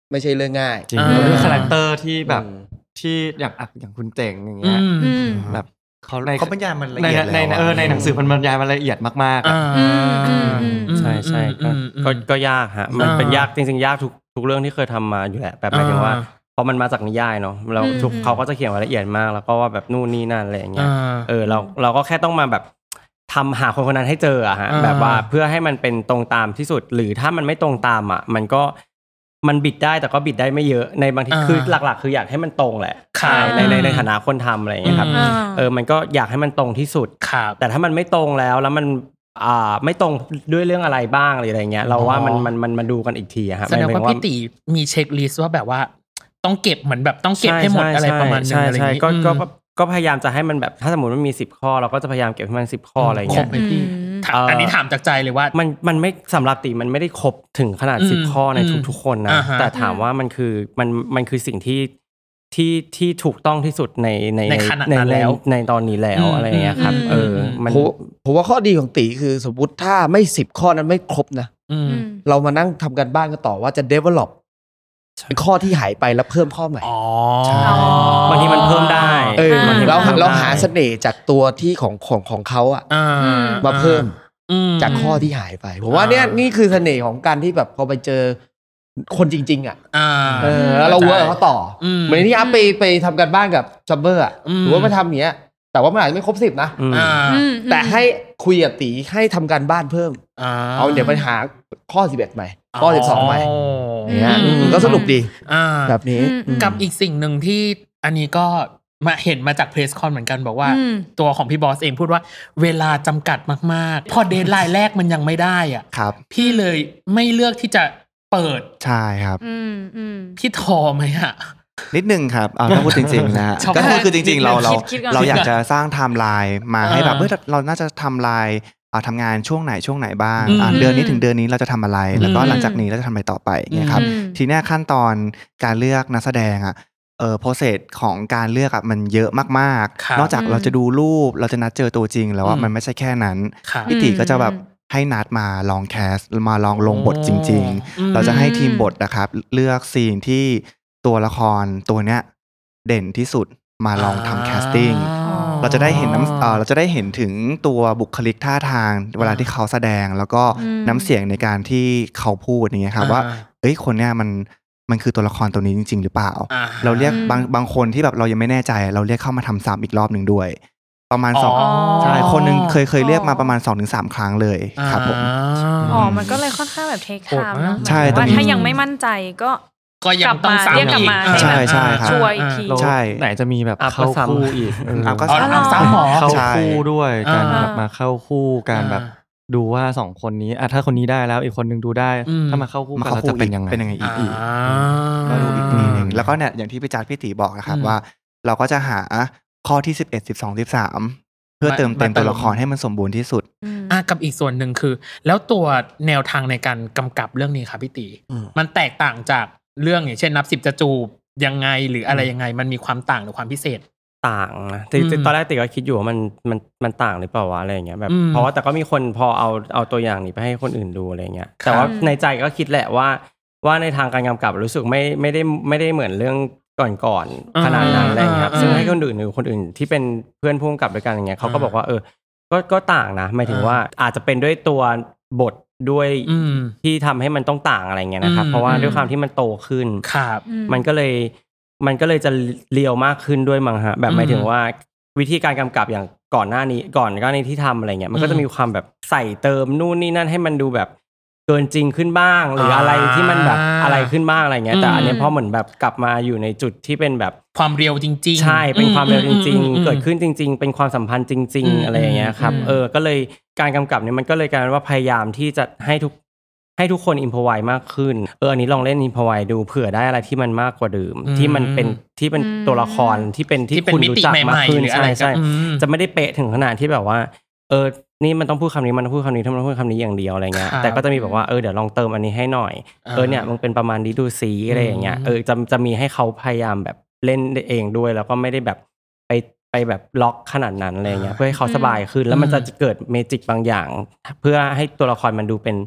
ไม่ใช่เรื่องง่ายจริงด้วยคาแรคเตอร์ที่แบบที่อย่างคุณเต่งอย่างเงี้ยแบบเขาบรรยายมันละเอียดแล้วในหนังสือมันบรรยายมันละเอียดมากๆใช่ก็ยากฮะมันเป็นยากจริงๆยากทุกเรื่องที่เคยทำมาอยู่แหละแบบหมายถึงว่าเพราะมันมาจากนิยายเนาะเราเขาก็จะเขียนละเอียดมากแล้วก็ว่าแบบนู่นนี่นั่นอะไรอย่างเงี้ยเราก็แค่ต้องมาแบบทำหาคนนั้นให้เจออะฮะแบบว่าเพื่อให้มันเป็นตรงตามที่สุดหรือถ้ามันไม่ตรงตามอ่ะมันบิดได้แต่ก็บิดได้ไม่เยอะในบางทีคือหลักๆคืออยากให้มันตรงแหละในฐานะคนทำอะไรอย่างเงี้ยครับมันก็อยากให้มันตรงที่สุดแต่ถ้ามันไม่ตรงแล้วมันไม่ตรงด้วยเรื่องอะไรบ้างอะไรอย่างเงี้ยเราว่ามันดูกันอีกทีอะครับแสดงว่าพี่ตีมีเช็คลิสต์ว่าแบบว่าต้องเก็บเหมือนแบบต้องเก็บให้หมดอะไรประมาณนึงอะไรอย่างงี้ก็พยายามจะให้มันแบบถ้าสมมติมันมี10ข้อเราก็จะพยายามเก็บให้มัน10ข้ออะไรอย่างเงี้ยอันนี้ถามจากใจเลยว่ามันไม่สำหรับตีมันไม่ได้ครบถึงขนาด10ข้อในทุกๆคนนะแต่ถามว่ามันคือสิ่งที่ถูกต้องที่สุดในขณะนั้นแล้วในตอนนี้แล้วอะไรอย่างเงี้ยครับผมว่าข้อดีของตีคือสมมติถ้าไม่10ข้อนั้นไม่ครบนะเรามานั่งทำกันบ้านกันต่อว่าจะ develop เป็นข้อที่หายไปแล้วเพิ่มข้อใหม่บางทีมันเพิ่มได้เราหาเสน่ห์จากตัวที่ของเขาอ่ะมาเพิ่มจากข้อที่หายไปผมว่านี่คือเสน่ห์ของการที่แบบพอไปเจอคนจริงๆอ่ะเราเวิร์กเขาต่อเหมือนที่อัพไปทำกันบ้านกับซัมเบอร์อ่ะหรือว่ามาทำอย่างเงี้ยแต่ว่ามันอาจจะไม่ครบ10นะแต่ให้คุยกับตีให้ทำการบ้านเพิ่มเอาเดี๋ยวไปหาข้อ11ใหม่ข้อ12ใหม่เนี่ยก็สนุกดีแบบนี้กับอีกสิ่งหนึ่งที่อันนี้ก็มาเห็นมาจากเพรสคอนเหมือนกันบอกว่าตัวของพี่บอสเองพูดว่าเวลาจำกัดมากๆพอเดดไลน์แรกมันยังไม่ได้อ่ะพี่เลยไม่เลือกที่จะเปิดใช่ครับพี่ทอไหมอ่ะนิดนึงครับถ้าพูดจริงๆนะก็คือจริงๆเราอยากจะสร้างไทม์ไลน์มาให้แบบเราน่าจะทำไลน์ทำงานช่วงไหนบ้างเดือนนี้ถึงเดือนนี้เราจะทำอะไรแล้วก็หลังจากนี้เราจะทำอะไรต่อไปเนี่ยครับทีนี้ขั้นตอนการเลือกนักแสดงโปรเซสของการเลือกมันเยอะมากๆนอกจากเราจะดูรูปเราจะนัดเจอตัวจริงแล้วมันไม่ใช่แค่นั้นพี่ติก็จะแบบให้นัดมาลองแคสมาลองลงบทจริงๆเราจะให้ทีมบทนะครับเลือกซีนที่ตัวละครตัวเนี้ยเด่นที่สุดมาลองทำแคสติ้งเราจะได้เห็นถึงตัวบุคลิกท่าทางเวลาที่เขาแสดงแล้วก็น้ำเสียงในการที่เขาพูดอย่างเงี้ยครับว่าคนเนี้ยมันคือตัวละครตัวนี้จริงๆหรือเปล่าเราเรียกบางคนที่แบบเรายังไม่แน่ใจเราเรียกเข้ามาทำซ้ำอีกรอบหนึ่งด้วยประมาณ2ใช่คนนึงเคยเรียกมาประมาณ 2-3 ครั้งเลยครับผมมันก็เลยค่อนข้างแบบเทคไทม์เนาะใช่ถ้ายังไม่มั่นใจก็ยังต้องซ้ำอีกใช่ครับช่วยอีกทีใช่ไหนจะมีแบบเข้าคู่อีกก็ซ้ำหมอเข้าคู่ด้วยการแบบมาเข้าคู่การแบบดูว่า2คนนี้ถ้าคนนี้ได้แล้วอีกคนนึงดูได้ถ้ามาเข้าคู่กันแล้วจะเป็นยังไงอีกก็ดูอีกทีนึงแล้วก็เนี่ยอย่างที่พี่ตีบอกนะครับว่าเราก็จะหาข้อที่11 12 13เพื่อเติมเต็มตัวละครให้มันสมบูรณ์ที่สุดกับอีกส่วนหนึ่งคือแล้วตัวแนวทางในการกำกับเรื่องนี้ครับพี่ตีมันแตกต่างจากเรื่องอย่างเช่นนับ10จะจูบยังไงหรืออะไรยังไงมันมีความต่างหรือความพิเศษต่างนะตอนแรกติก็คิดอยู่ว่ามันต่างหรือเปล่าวะอะไรอย่างเงี้ยแบบเพราะว่าแต่ก็มีคนพอเอาตัวอย่างนี้ไปให้คนอื่นดูอะไรเงี้ยแต่ว่าในใจก็คิดแหละว่าในทางการกำกับรู้สึกไม่ได้เหมือนเรื่องก่อนขนาดนั้นอะไรเงี้ยซึ่งให้คนอื่นที่เป็นเพื่อนผู้กำกับด้วยกันอย่างเงี้ยเขาก็บอกว่าก็ต่างนะหมายถึงว่าอาจจะเป็นด้วยตัวบทด้วยที่ทำให้มันต้องต่างอะไรเงี้ยนะครับเพราะว่าด้วยความที่มันโตขึ้นมันก็เลยจะเรียวมากขึ้นด้วยมั้งฮะแบบหมายถึงว่าวิธีการกำกับอย่างก่อนหน้านี้ที่ทำอะไรเงี้ยมันก็จะมีความแบบใส่เติมนู่นนี่นั่นให้มันดูแบบเกินจริงขึ้นบ้างหรืออะไรที่มันแบบอะไรขึ้นบ้างอะไรเงี้ยแต่อันนี้พอเหมือนแบบกลับมาอยู่ในจุดที่เป็นแบบความเรียวจริงๆใช่เป็นความเรียวจริงๆเกิดขึ้นจริงๆเป็นความสัมพันธ์จริงๆอะไรอย่างเงี้ยครับก็เลยการกำกับเนี่ยมันก็เลยกลายเป็นว่าพยายามที่จะให้ทุกคนอิมพอไวมากขึ้นอันนี้ลองเล่นอิมพอไวดูเผื่อได้อะไรที่มันมากกว่าเดิมที่มันเป็นตัวละครที่เป็นที่คุณรู้จักมากขึ้นใช่จะไม่ได้เป๊ะถึงขนาดที่แบบว่านี่มันต้องพูดคำนี้มันต้องพูดคำนี้ถ้ามันพูดคำนี้อย่างเดียวอะไรเงี้ยแต่ก็จะมีแบบว่าเดี๋ยวลองเติมอันนี้ให้หน่อยเนี่ยมันเป็นประมาณนี้ดูซีอะไรอย่างเงี้ยจะมีให้เขาพยายามแบบเล่นเองด้วยแล้วก็ไม่ได้แบบไปแบบล็อกขนาดนั้นอะไรเงี้ยเพื่อให้เขาสบายขึ้นแล้วมันจะเกิดเมจิกบางอย่างเพื่อให้ตัวละครมันดูเป็น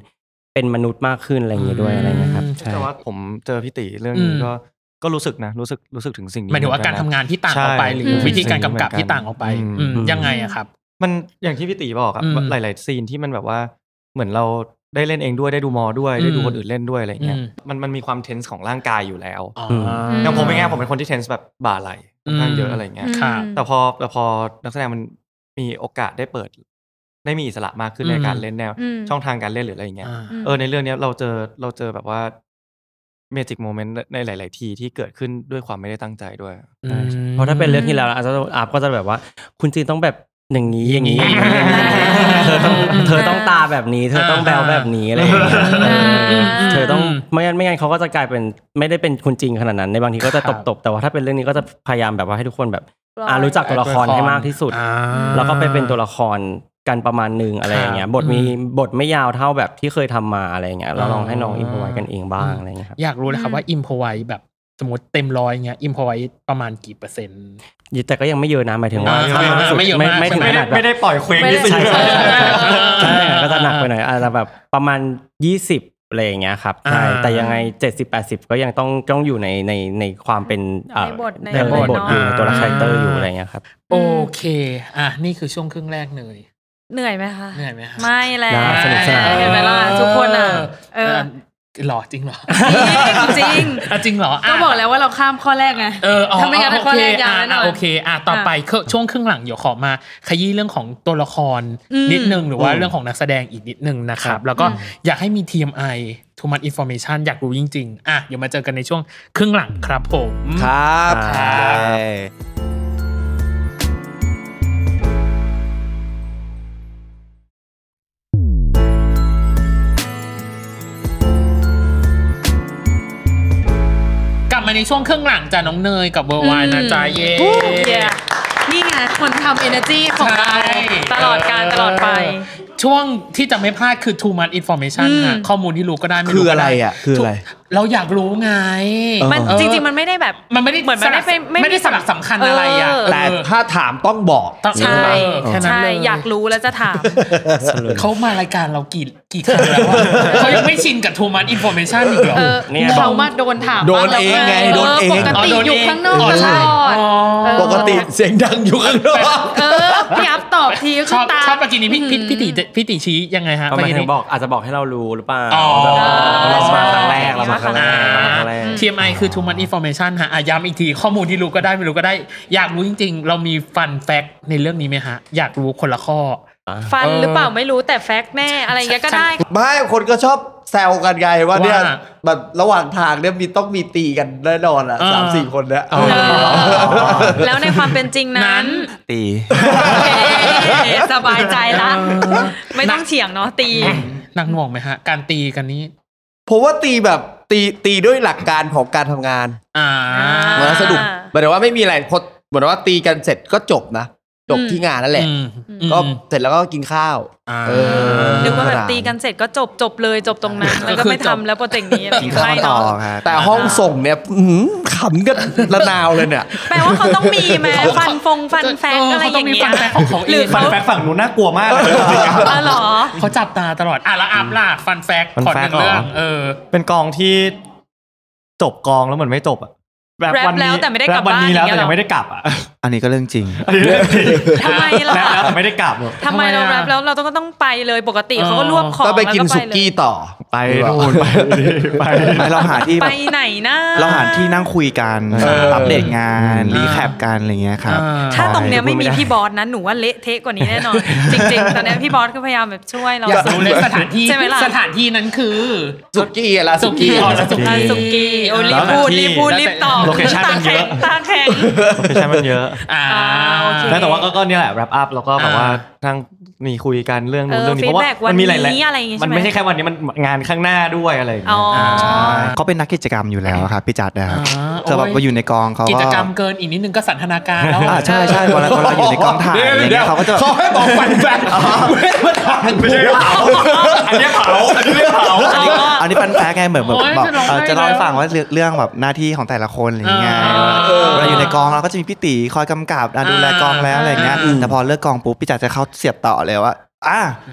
เป็นมนุษย์มากขึ้นอะไรอย่างเงี้ยด้วยอะไรเงี้ยครับใช่แต่ว่าผมเจอพี่ติเรื่องนี้ก็รู้สึกนะรู้สึกถึงสิ่งนี้หมายถึงว่าการทำงานที่ต่างออกไปหรือวิธีการกำกับที่ต่างออกไปยังไงอะครับมันอย่างที่พี่ติบอกอะหลายๆซีนที่มันแบบว่าเหมือนเราได้เล่นเองด้วยได้ดูมอด้วยได้ดูคนอื่นเล่นด้วยอะไรเงี้ยมันมีความเทนส์ของร่างกายอยู่แล้วอย่างผมเองผมเป็นคนที่เทนส์แบบบ่าไหล่ค่อนข้างเยอะอะไรเงี้ยแต่พอนักแสดงมันมีโอกาสได้เปิดได้มีอิสระมากขึ้นในการเล่นแนวช่องทางการเล่นหรืออะไรอย่างเงี้ยในเรื่องนี้เราเจอแบบว่าเมจิกโมเมนต์ในหลายๆทีที่เกิดขึ้นด้วยความไม่ได้ตั้งใจด้วยเพราะถ้าเป็นเรื่องที่แล้วอาจจะอัพก็จะแบบว่าคุณจีนต้องแบบอย่างนี้เธอต้องตาแบบนี้เธอต้องแบวแบบนี้อะไรอย่างเงี้ยเธอต้องไม่งั้นเขาก็จะกลายเป็นไม่ได้เป็นคุณจริงขนาดนั้นในบางทีก็จะตบแต่ว่าถ้าเป็นเรื่องนี้ก็จะพยายามแบบว่าให้ทุกคนแบบรู้จักตัวละครให้มากที่สุดแล้วก็ไปเป็นตัวละครกันประมาณนึงอะไรอย่างเงี้ยบทไม่ยาวเท่าแบบที่เคยทำมาอะไรอย่างเงี้ยเราลองให้น้องอิมพอไว้กันเองบ้างอะไรเงี้ยครับอยากรู้เลยครับว่าอิมพอไว้แบบสมมติเต็ม100เงี้ยอิมพอไว้ประมาณกี่เปอร์เซ็นต์แต่ก็ยังไม่เยอะนะหมายถึงว่าไม่ถึงขนาดไม่ได้ปล่อยเคว้งนี่สิใช่ก็จะหนักไปหน่อยอาจจะแบบประมาณ20อะไรอย่างเงี้ยครับใช่แต่ยังไง70-80ก็ยังต้องอยู่ในความเป็นในบทอยู่ในตัวละครอยู่อะไรเงี้ยครับโอเคนี่คือช่วงครึ่งแรกเหนื่อยไหมคะไม่แล้วสนุกสนานเห็นไหมล่ะทุกคนหล่อจริงเหรอจริงจริงเหรอก็บอกแล้วว่าเราข้ามข้อแรกไงทำไมงั้นข้อแรกยาวหน่อยโอเคต่อไปช่วงครึ่งหลังเดี๋ยวขอมาขยี้เรื่องของตัวละครนิดนึงหรือว่าเรื่องของนักแสดงอีกนิดนึงนะครับแล้วก็อยากให้มี TMI too much information อยากรู้จริงๆเดี๋ยวมาเจอกันในช่วงครึ่งหลังครับผมครับมาในช่วงครึ่งหลังจากน้องเนยกับเวอร์ไวน์นะจ๊ะนี่ไงคนทำ energy ของเราตลอดการตลอดไปช่วงที่จะไม่พลาดคือ too much information ค่ะข้อมูลที่รู้ก็ได้ไม่รู้คืออะไรคืออะไรเราอยากรู้ไงมันจริงๆมันไม่ได้แบบมันไม่ได้เหมือนไม่ได้สาระสำคัญอะไรแต่ถ้าถามต้องบอกใช่ใช่อยากรู้แล้วจะถามเขามารายการเรากี่ครั้งแล้วเขายังไม่ชินกับ too much information อีกเหรอเขามาโดนถามโดนเองไงโดนเองปกติอยู่ข้างนอกปกติเสียงดังอยู่ข้างนอกพี่อัพตอบทีชอบเมื่อกี้นี้พี่ติชี้ยังไงฮะเมื่อกี้นี้บอกอาจจะบอกให้เรารู้หรือเปล่าเรามาครั้งแรก TMI คือ too much information ฮะย้ำอีกทีข้อมูลที่รู้ก็ได้ไม่รู้ก็ได้อยากรู้จริงๆเรามีฟันแฟกต์ในเรื่องนี้ไหมฮะอยากรู้คนละข้อฟันหรือเปล่าไม่รู้แต่แฟกต์แน่อะไรอย่างเงี้ยก็ได้ไม่คนก็ชอบแซวกันไงว่าเนี่ยแบบระหว่างทางเนี่ยต้องมีตีกันแน่นอนอ่ะ 3-4 คนเนี่ยแล้วในความเป็นจริงนั้นตีสบายใจละไม่ต้องเถียงเนาะตีหนักหน่วงไหมฮะการตีกันนี้ผมว่าตีแบบตีด้วยหลักการของการทำงานมันสนุกหมายถึงว่าไม่มีอะไรพอเหมือนว่าตีกันเสร็จก็จบนะจบที่งานนั่นแหละก็เสร็จแล้วก็กินข้าวนึกว่าแบบตีกันเสร็จก็จบเลยจบตรงนั้นแล้วก็ไม่ทำแล้วโปรเจกต์นี้ไม่ต่อแต่ห้องส่งเนี่ยขำกันระนาวเลยเนี่ยแปลว่าเขาต้องมีแม้ฟันแฟกอะไรอย่างเงี้ยหรือฟันแฟกฝั่งนู้นน่ากลัวมากเลยเหรอเขาจับตาตลอดแล้วอัพล่ะฟันแฟกขอหนึ่งเรื่องเป็นกองที่จบกองแล้วเหมือนไม่จบแรปแล้วแต่ไม่ได้กลับบ้านวันนี้แล้วแต่ยังไม่ได้กลับอันนี้ก็เรื่องจริงทำไมล่ะแล้วแต่ไม่ได้กลับทำไมเราแรปแล้วเราต้องไปเลยปกติเขาก็รวบของก็ไปกินสุกี้ต่อไปนู่นไปเราหาที่ไปไหนนะเราหาที่นั่งคุยกันอัปเดตงานรีแคปกันอะไรเงี้ยครับถ้าตรงเนี้ยไม่มีพี่บอสนะหนูว่าเละเทะกว่านี้แน่นอนจริงๆตอนนี้พี่บอสก็พยายามแบบช่วยเราอยากรู้เลยสถานที่สถานที่นั้นคือสุกี้อะไรสุกี้โอ้รีบพูดรีบตอบโลเคชั่นมันเยอะตาแข็งโลเคชั่นมันเยอะแต่ว่าก็เนี่ยแหละ wrap up แล้วก็แบบว่าทั้งมีคุยกันเรื่องนู้นเรื่องนี้เพราะว่ามันมีหลายๆมันไม่ใช่แค่วันนี้มันงานข้างหน้าด้วยอะไรอย่างเงี้ยเขาเป็นนักกิจกรรมอยู่แล้วครับพี่จัดนะครับจะแบบว่าอยู่ในกองเขากิจกรรมเกินอีกนิดนึงก็สันทนาการแล้วใช่เวลาอยู่ในกองถ่ายอะไรเงี้ยเขาก็จะเขาให้บอกฟันแฟกไม่ใช่เผาอันนี้เผาอันนี้ฟันแฟกไงเหมือนแบบจะเล่าให้ฟังว่าเรื่องแบบหน้าที่ของแต่ละคนอะไรเงี้ยเวลาอยู่ในกองเราก็จะมีพี่ตีคอยกำกับดูแลกองแล้วอะไรเงี้ยแต่พอเลิกกองปุ๊บพี่จัดจะเข้าเสียบต่อเลยว่า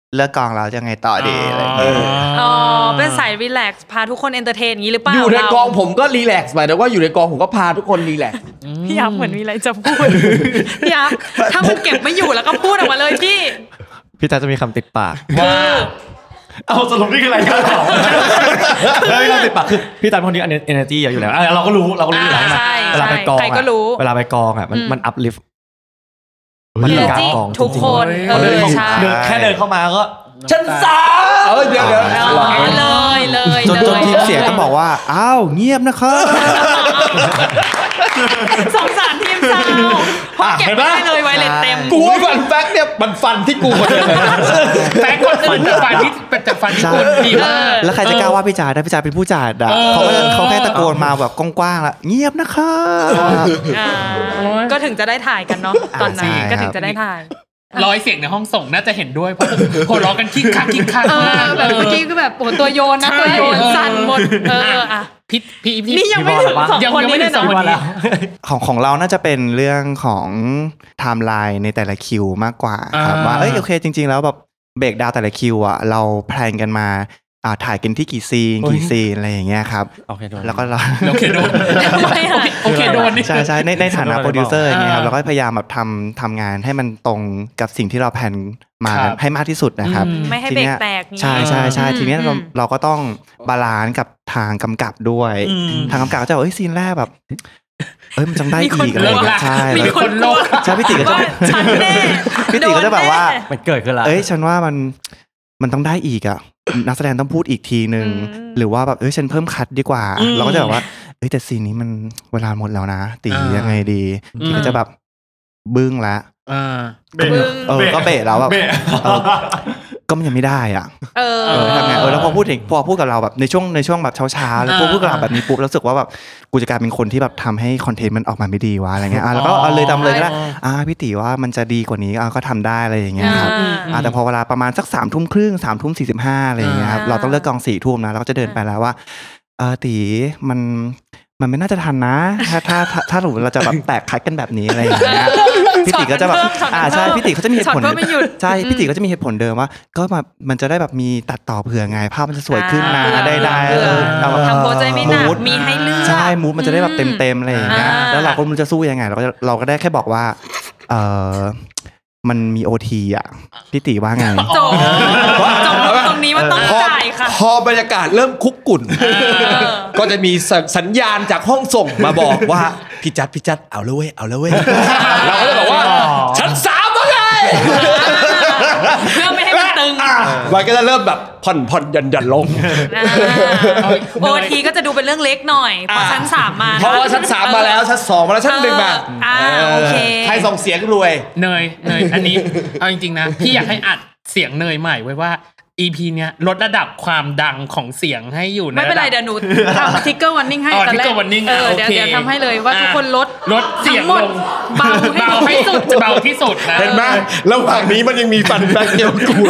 เลิกกองแล้วจะไงต่อดีอะไรอย่างเงี้ยอ๋อเป็นสายรีแลกซ์พาทุกคนเอนเตอร์เทนอย่างนี้หรือเปล่าอยู่ในกองผมก็รีแลกซ์ไปแต่ว่าอยู่ในกองผมก็พาทุกคนรีแลกซ์พี่ยับเหมือนมีอะไรจะพูดพี่ยับถ้ามันเก็บไม่อยู่แล้วก็พูดออกมาเลยพี่ตาจะมีคำติดปากว่าเอาสรุปนี่คืออะไรกันต่อแล้วมีคำติดปากคือพี่ตาเป็นคนที่ energy เยอะอยู่แล้วเราก็รู้อยู่แล้วเวลาไปกองเวลาไปกองอ่ะมัน uplift มันเป็นการกองทุกคนใช่แค่เดินเข้ามาก็ชั้น3เดี๋ยวเลยจนทีมเสียงต้องบอกว่าอ้าวเงียบนะครับสงสารทีมซาวเพราะเก็บไม่ได้เลยไวเลสเต็มกูว่าฟันแฟกเนี่ยมันฟันที่กูคนเดียวเลยแฟกคนอื่นแต่ฟันที่คุณดีมากแล้วใครจะกล้าว่าพี่จ๋าได้พี่จ๋าเป็นผู้จัดอ่ะเขาแค่ตะโกนมาแบบกว้างๆละเงียบนะครับก็ถึงจะได้ถ่ายกันเนาะตอนนั้นก็ถึงจะได้ถ่ายร้อยเสียงในห้องส่งน่าจะเห็นด้วยเพราะหัวเราะกันคิกคักแบบเมื่อกี้ก็แบบตัวโยนนะตัวโยนสั่นหมดอ่ะพี่นี่ยังไม่ถึง2คนนี้เลยนะของเราน่าจะเป็นเรื่องของไทม์ไลน์ในแต่ละคิวมากกว่าครับว่าโอเคจริงๆแล้วแบบเบรกดาวแต่ละคิวอ่ะเราแพลนกันมาถ่ายกันที่กี่ซีนอะไรอย่างเงี้ยครับแล้วก็เราโอเคโดนใช่ในฐานะโปรดิวเซอร์อย่างเงี้ยครับเราก็พยายามแบบทำงานให้มันตรงกับสิ่งที่เราแพลนมาให้มากที่สุดนะครับไม่ให้เบรกแตกใช่ทีนี้เราก็ต้องบาลานซ์กับทางกำกับด้วยทางกำกับก็จะบอกซีนแรกแบบมันจังได้อีกอะไรอย่างเงี้ยใช่มีคนโลกใช่พี่ติ๋ก็จะแบบว่ามันเกิดขึ้นละฉันว่ามันต้องได้อีกอ่ะนักแสดงต้องพูดอีกทีนึงหรือว่าแบบฉันเพิ่มคัทดีกว่าเราก็จะแบบว่าแต่ซีนนี้มันเวลาหมดแล้วนะตียังไงดีที่ก็จะแบบบึ้งละก็เบะแล้วแบบก็มันยังไม่ได้อ่ะทำไงแล้วพอพูดกับเราแบบในช่วงแบบเช้าๆแล้วพูดกับเราแบบนี้ปุ๊บรู้สึกว่าแบบกูจะกลายเป็นคนที่แบบทำให้คอนเทนต์มันออกมาไม่ดีวะอะไรเงี้ยแล้วก็เลยทำเลยก็ได้พี่ติ๋ว่ามันจะดีกว่านี้ก็ทำได้อะไรอย่างเงี้ยครับแต่พอเวลาประมาณสัก 3:30 3:45อะไรอย่างเงี้ยครับเราต้องเลิกกอง 4:00 นะเราก็จะเดินไปแล้วว่าติ๋มันไม่น่าจะทันนะถ้าหนูเราจะแบบแตกคัดกันแบบนี้อะไรอย่างเงี้ยพี่ติ๋ก็จะแบบใช่พี่ติ๋เขาจะมีเหตุผลใช่พี่ติ๋ก็จะมีเหตุผลเดิมว่าก็แบบมันจะได้แบบมีตัดต่อเผื่อไงภาพมันจะสวยขึ้นนะได้ทำโปรเจกต์ไม่หนักมีให้เลือกใช่มูดมันจะได้แบบเต็มอะไรอย่างเงี้ยแล้วเราก็มันจะสู้ยังไงเราก็ได้แค่บอกว่ามันมีOTอ่ะพี่ติ๋ว่าไงจบตรงนี้มันต้องจ่ายค่ะพอบรรยากาศเริ่มคุกกุ่นก็จะมีสัญญาณจากห้องส่งมาบอกว่าพี่จัดเอาเลยเว้ยเราก็จะบอกว่าชั้น3ว่าไงเพื่อไม่ให้มันตึงมันก็จะเริ่มแบบผ่อนยันลง OTก็จะดูเป็นเรื่องเล็กหน่อยพอชั้น3มาเพราะว่าชั้น3มาแล้วชั้น2มาแล้วชั้น1มาโอเคใครส่งเสียงรวยเนยอันนี้เอาจริงๆนะพี่อยากให้อัดเสียงเนยใหม่ไว้ว่า EP เนี้ยลดระดับความดังของเสียงให้อยู่ในไม่เป็นไรเดี๋ยวหนูทำทิกเกอร์วอร์นิ่งให้ตอนแรกเดี๋ยวทำให้เลยว่าทุกคนลดเสียงลงเบาให้สุดเบาที่สุดนะเห็นไหมระหว่างนี้มันยังมีฟันแบกเดียวกู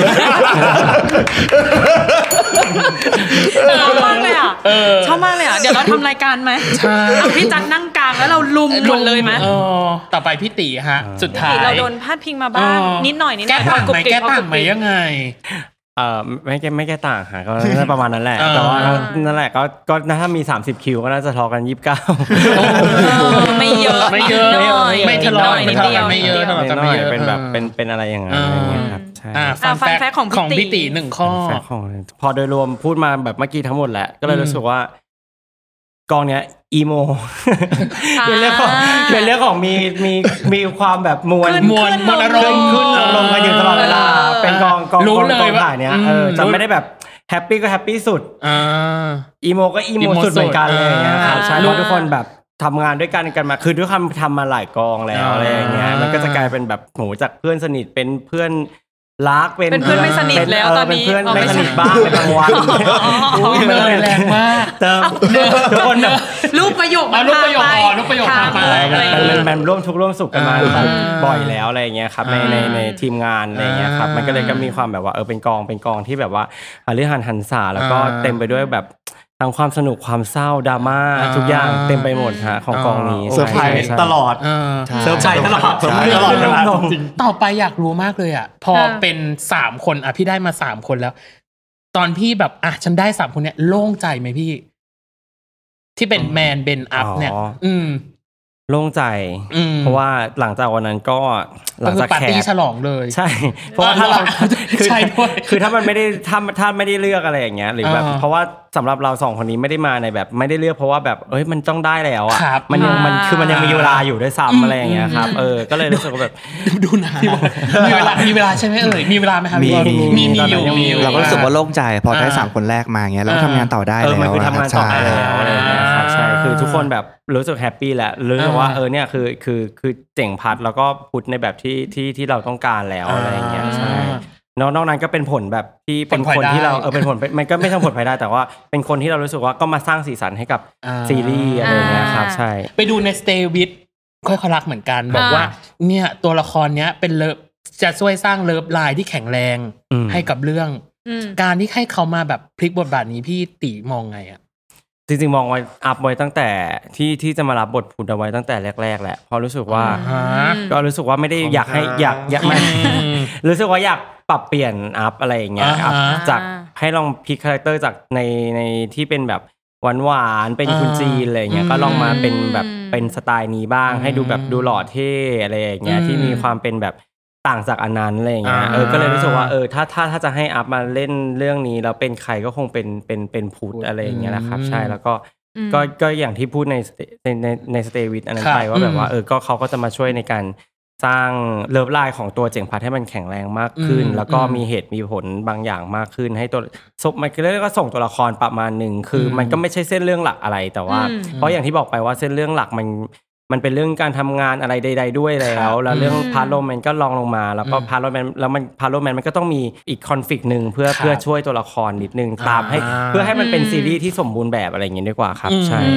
ชอบมากเลยอ่ะเดี๋ยวเราทำรายการไหมพี่จัดนั่งกลางแล้วเราลุมหมดเลยไหมต่อไปพี่ตีฮะสุดท้ายเราโดนพาดพิงมาบ้างนิดหน่อยแก้ต่างไหมยังไงไม่แก้ต่างค่ะก็ประมาณนั้นแหละแต่ว่านั่นแหละก็ถ้ามี30คิวก็น่าจะทอกัน29 ไม่เยอะไม่ทะเลาะไม่เยอะไม่เยอะเป็นแบบเป็นอะไรอย่างเงี้ยครับใช่ฟันแฟกของพี่ตี1ข้อพอโดยรวมพูดมาแบบเมื่อกี้ทั้งหมดแหละก็เลยรู้สึกว่ากองเนี้ยอีโมเป็นเรื่องของมีความแบบมวลอารมณ์ขึ้นลงกันอยู่ตลอดเวลาเป็นกองถ่ายเนี้ยจะไม่ได้แบบแฮปปี้ก็แฮปปี้สุดอีโมก็อีโมสุดเหมือนกันเลยอย่างเงี้ยครับใช่เพราะทุกคนแบบทำงานด้วยกันมาคือด้วยความทำมาหลายกองแล้วอะไรอย่างเงี้ยมันก็จะกลายเป็นแบบโหจากเพื่อนสนิทเป็นเพื่อนรักเป็นเพื่อนไม่สนิทแล้วตอนนี้เป็นเพื่อนไม่สนิทบ้างเป็นบางวันแรงมากทุกคนแบบรูปประโยคผ่านไปมันร่วมสุขกันมาบ่อยแล้วอะไรอย่างเงี้ยครับในทีมงานอะไรอย่างเงี้ยครับมันก็เลยก็มีความแบบว่าเป็นกองที่แบบว่าหฤหันหันษาแล้วก็เต็มไปด้วยแบบทั้งความสนุกความเศร้าดราม่าทุกอย่างเต็มไปหมดฮะของกองนี้เซอร์ไพรส์ตลอดเซอร์ไพรส์ตลอดต่อไปอยากรู้มากเลยอ่ะพอเป็น3คนอ่ะพี่ได้มา3คนแล้วตอนพี่แบบอ่ะฉันได้3คนเนี้ยโล่งใจไหมพี่ที่เป็นแมนเบนอัพเนี่ยโล่งใจเพราะว่าหลังจากวันนั้นก็หลังจากปาร์ตี้ฉลองเลยใช่เพราะว่าถ้าเราคือถ้ามันไม่ได้ถ้าไม่ได้เลือกอะไรอย่างเงี้ยหรือแบบเพราะว่าสำหรับเรา2คนนี้ไม่ได้มาในแบบไม่ได้เลือกเพราะว่าแบบมันต้องได้แล้วอ่ะมันยังมีเวลาอยู่ด้วยซ้ำอะไรอย่างเงี้ยครับก็เลยรู้สึกว่าแบบดูนะมีเวลาใช่ไหมมีเวลาไหมครับมีอยู่เราก็รู้สึกว่าโล่งใจพอได้3คนแรกมาเงี้ยเราก็ทำงานต่อได้แล้วมันคือทำงานต่อได้แล้วอะไรอย่างเงี้ยครับใช่คือทุกคนแบบรู้สึกแฮปปี้แหละรู้สึกว่าเนี่ยคือเจ๋งพัดแล้วก็พุทธในแบบที่เราต้องการแล้วอะไรอย่างเงี้ยใช่นอกนั้นก็เป็นผลแบบที่เป็นคนที่เราเป็นผลมันก็ไม่ใช่ผลภายได้แต่ว่าเป็นคนที่เรารู้สึกว่าก็มาสร้างสีสันให้กับซีรีส์อะไรอย่างเงี้ยครับใช่ไปดูใน Stay With ค่อยๆรักเหมือนกันบอกว่าเนี่ยตัวละครเนี้ยเป็นเลิฟจะช่วยสร้างเลิฟไลน์ที่แข็งแรงให้กับเรื่องการที่ให้เขามาแบบพลิกบทบาทนี้พี่ตีมองไงอ่ะจริงๆมองไว้อัพไว้ตั้งแต่ที่จะมารับบทพุทธเอาไว้ตั้งแต่แรกๆแหละเพราะรู้สึกว่าก็รู้สึกว่าไม่ได้อยากให้อยากไม่รู้สึกว่าอยากปรับเปลี่ยนอัพอะไรอย่างเงี้ยอัพจากให้ลองพลิกคาแรคเตอร์จากในที่เป็นแบบหวานๆเป็นคุณจีนอะไรอย่างเงี้ยก็ลองมาเป็นแบบเป็นสไตล์นี้บ้างให้ดูแบบดูหล่อเท่อะไรอย่างเงี้ยที่มีความเป็นแบบต่างจากอันนั้นอะไรอย่างเงี้ยก็เลยรู้สึกว่าถ้าจะให้อัพมาเล่นเรื่องนี้แล้วเป็นใครก็คงเป็นพุทธอะไรอย่างเงี้ยนะครับใช่แล้วก็อย่างที่พูดในสเตย์วิทอันนั้นไปว่าแบบว่าก็เขาก็จะมาช่วยในการสร้างเลิฟไลน์ของตัวเจ๋งพัดให้มันแข็งแรงมากขึ้นแล้วก็มีเหตุมีผลบางอย่างมากขึ้นให้ตัวมันก็ส่งตัวละครประมาณนึงคือมันก็ไม่ใช่เส้นเรื่องหลักอะไรแต่ว่าเพราะอย่างที่บอกไปว่าเส้นเรื่องหลักมันเป็นเรื่องการทำงานอะไรใดๆด้วยแล้วเรื่องพาร์ทโรแมนก็ลองลงมาแล้วก็พาร์ทโรแมนแล้วมันพาร์ทโรแมนมันก็ต้องมีอีกคอนฟลิกต์นึงเพื่อช่วยตัวละครนิดนึงตามให้เพื่อให้มันเป็นซีรีส์ที่สมบูรณ์แบบอะไรอย่างงี้ดีกว่าครับใช่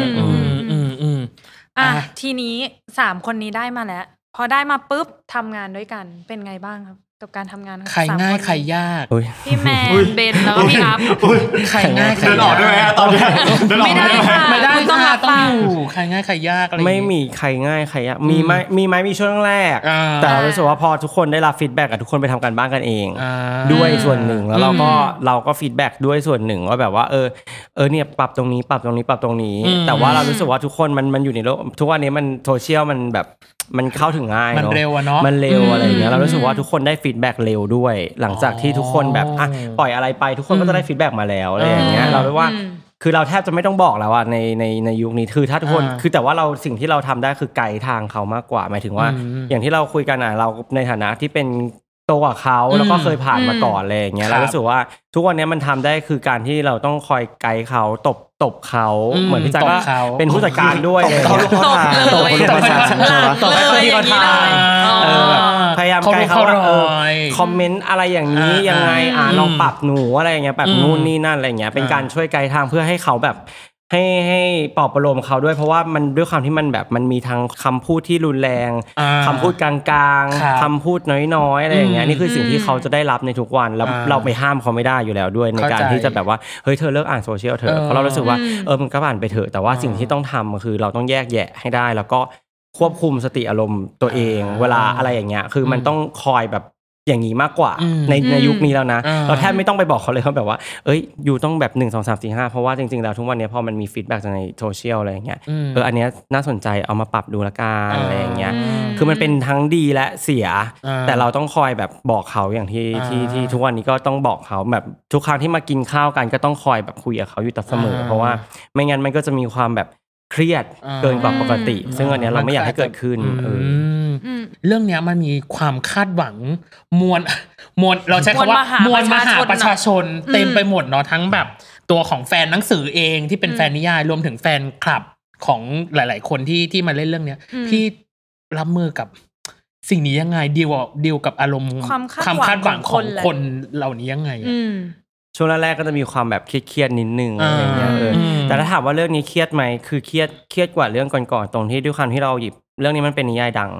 ทีนี้3คนนี้ได้มาแล้วพอได้มาปุ๊บทำงานด้วยกันเป็นไงบ้างครับกับการทำงานใครง่ายใครยากพี่แมนเบนแล้วก็พี่อัพใครง่ายใครยากเดินออกด้วยไหมตอนนี้ไม่ได้ต้องรับฟังใครง่ายใครยากอะไรไม่มีใครง่ายใครยากมีไหมมีช่วงแรกแต่เรารู้สึกว่าพอทุกคนได้รับฟีดแบ็กทุกคนไปทำการบ้านกันเองด้วยส่วนหนึ่งแล้วเราก็ฟีดแบ็กด้วยส่วนหนึ่งว่าแบบว่าเนี่ยปรับตรงนี้ปรับตรงนี้ปรับตรงนี้แต่ว่าเรารู้สึกว่าทุกคนมันอยู่ในโลกทุกวันนี้มันโซเชียลมันแบบมันเข้าถึงง่ายเนาะมันเร็วอะไรอย่างเงี้ยเรารู้สึกว่าทุกคนได้ฟีดแบ็กเร็วด้วยหลังจากที่ทุกคนแบบปล่อยอะไรไปทุกคนก็จะได้ฟีดแบ็กมาแล้วอะไรอย่างเงี้ยเราเรียกว่าคือเราแทบจะไม่ต้องบอกแล้วว่าในยุคนี้คือถ้าทุกคนคือแต่ว่าเราสิ่งที่เราทำได้คือไกด์ทางเขามากกว่าหมายถึงว่าอย่างที่เราคุยกันเราในฐานะที่เป็นโตกว่าเขาแล้วก็เคยผ่านมาก่อนอะไรอย่างเงี้ยเรารู้สึกว่าทุกวันนี้มันทำได้คือการที่เราต้องคอยไกด์เขาตบเขาเหมือนพี่แจ๊คก็เป็นผู้จัดการด้วยเลยตบที่เขาทำพยายามไกด์เขาคอมเมนต์อะไรอย่างนี้ยังไงลองปรับหนูอะไรอย่างเงี้ยแบบนู่นนี่นั่นอะไรอย่างเงี้ยเป็นการช่วยไกด์ทางเพื่อให้เขาแบบให้ปลอบประโลมเขาด้วยเพราะว่ามันด้วยความที่มันแบบมันมีทั้งคำพูดที่รุนแรงคำพูดกลางๆคำพูดน้อยๆอะไรอย่างเงี้ยนี่คือสิ่งที่เขาจะได้รับในทุกวันแล้วเราไปห้ามเขาไม่ได้อยู่แล้วด้วยในการที่จะแบบว่าเฮ้ยเธอเลิกอ่านโซเชียลเถอะเพราะเรารู้สึกว่ามันก็อ่านไปเถอะแต่ว่าสิ่งที่ต้องทำคือเราต้องแยกแยะให้ได้แล้วก็ควบคุมสติอารมณ์ตัวเองเวลาอะไรอย่างเงี้ยคือมันต้องคอยแบบอย่างนี้มากกว่าในยุคนี้แล้วนะเราแทบไม่ต้องไปบอกเขาเลยเขาแบบว่าอยู่ต้องแบบ1 2 3 4 5เพราะว่าจริงๆแล้วทุกวันนี้พอมันมีฟีดแบ็กจากในโซเชียลอะไรอย่างเงี้ยอันเนี้ยน่าสนใจเอามาปรับดูละกันอะไรอย่างเงี้ยคือมันเป็นทั้งดีและเสียแต่เราต้องคอยแบบบอกเขาอย่างที่ทุกวันนี้ก็ต้องบอกเขาแบบทุกครั้งที่มากินข้าวกันก็ต้องคอยแบบคุยกับเขาอยู่เสมอเพราะว่าไม่งั้นมันก็จะมีความแบบเครียดเกินกว่าปกติซึ่งอันเนี้ยเราไม่อยากให้เกิดขึ้นเรื่องเนี้ยมันมีความคาดหวังมวลเราใช้คำว่ามวลมหาประชาชนเต็มไปหมดเนาะทั้งแบบตัวของแฟนหนังสือเองที่เป็นแฟนนิยายรวมถึงแฟนคลับของหลายๆคนที่มาเล่นเรื่องเนี้ยพี่รับมือกับสิ่งนี้ยังไงดีลกับอารมณ์ความคาดหวังของคนเหล่านี้ยังไงช่วงแรกๆก็จะมีความแบบเครียดนิดนึงอะไรอย่างเงี้ยแต่ถ้าถามว่าเรื่องนี้เครียดไหมคือเครียดกว่าเรื่องก่อนๆตรงที่ด้วยความที่เราหยิบเรื่องนี้มันเป็นนิยายดัง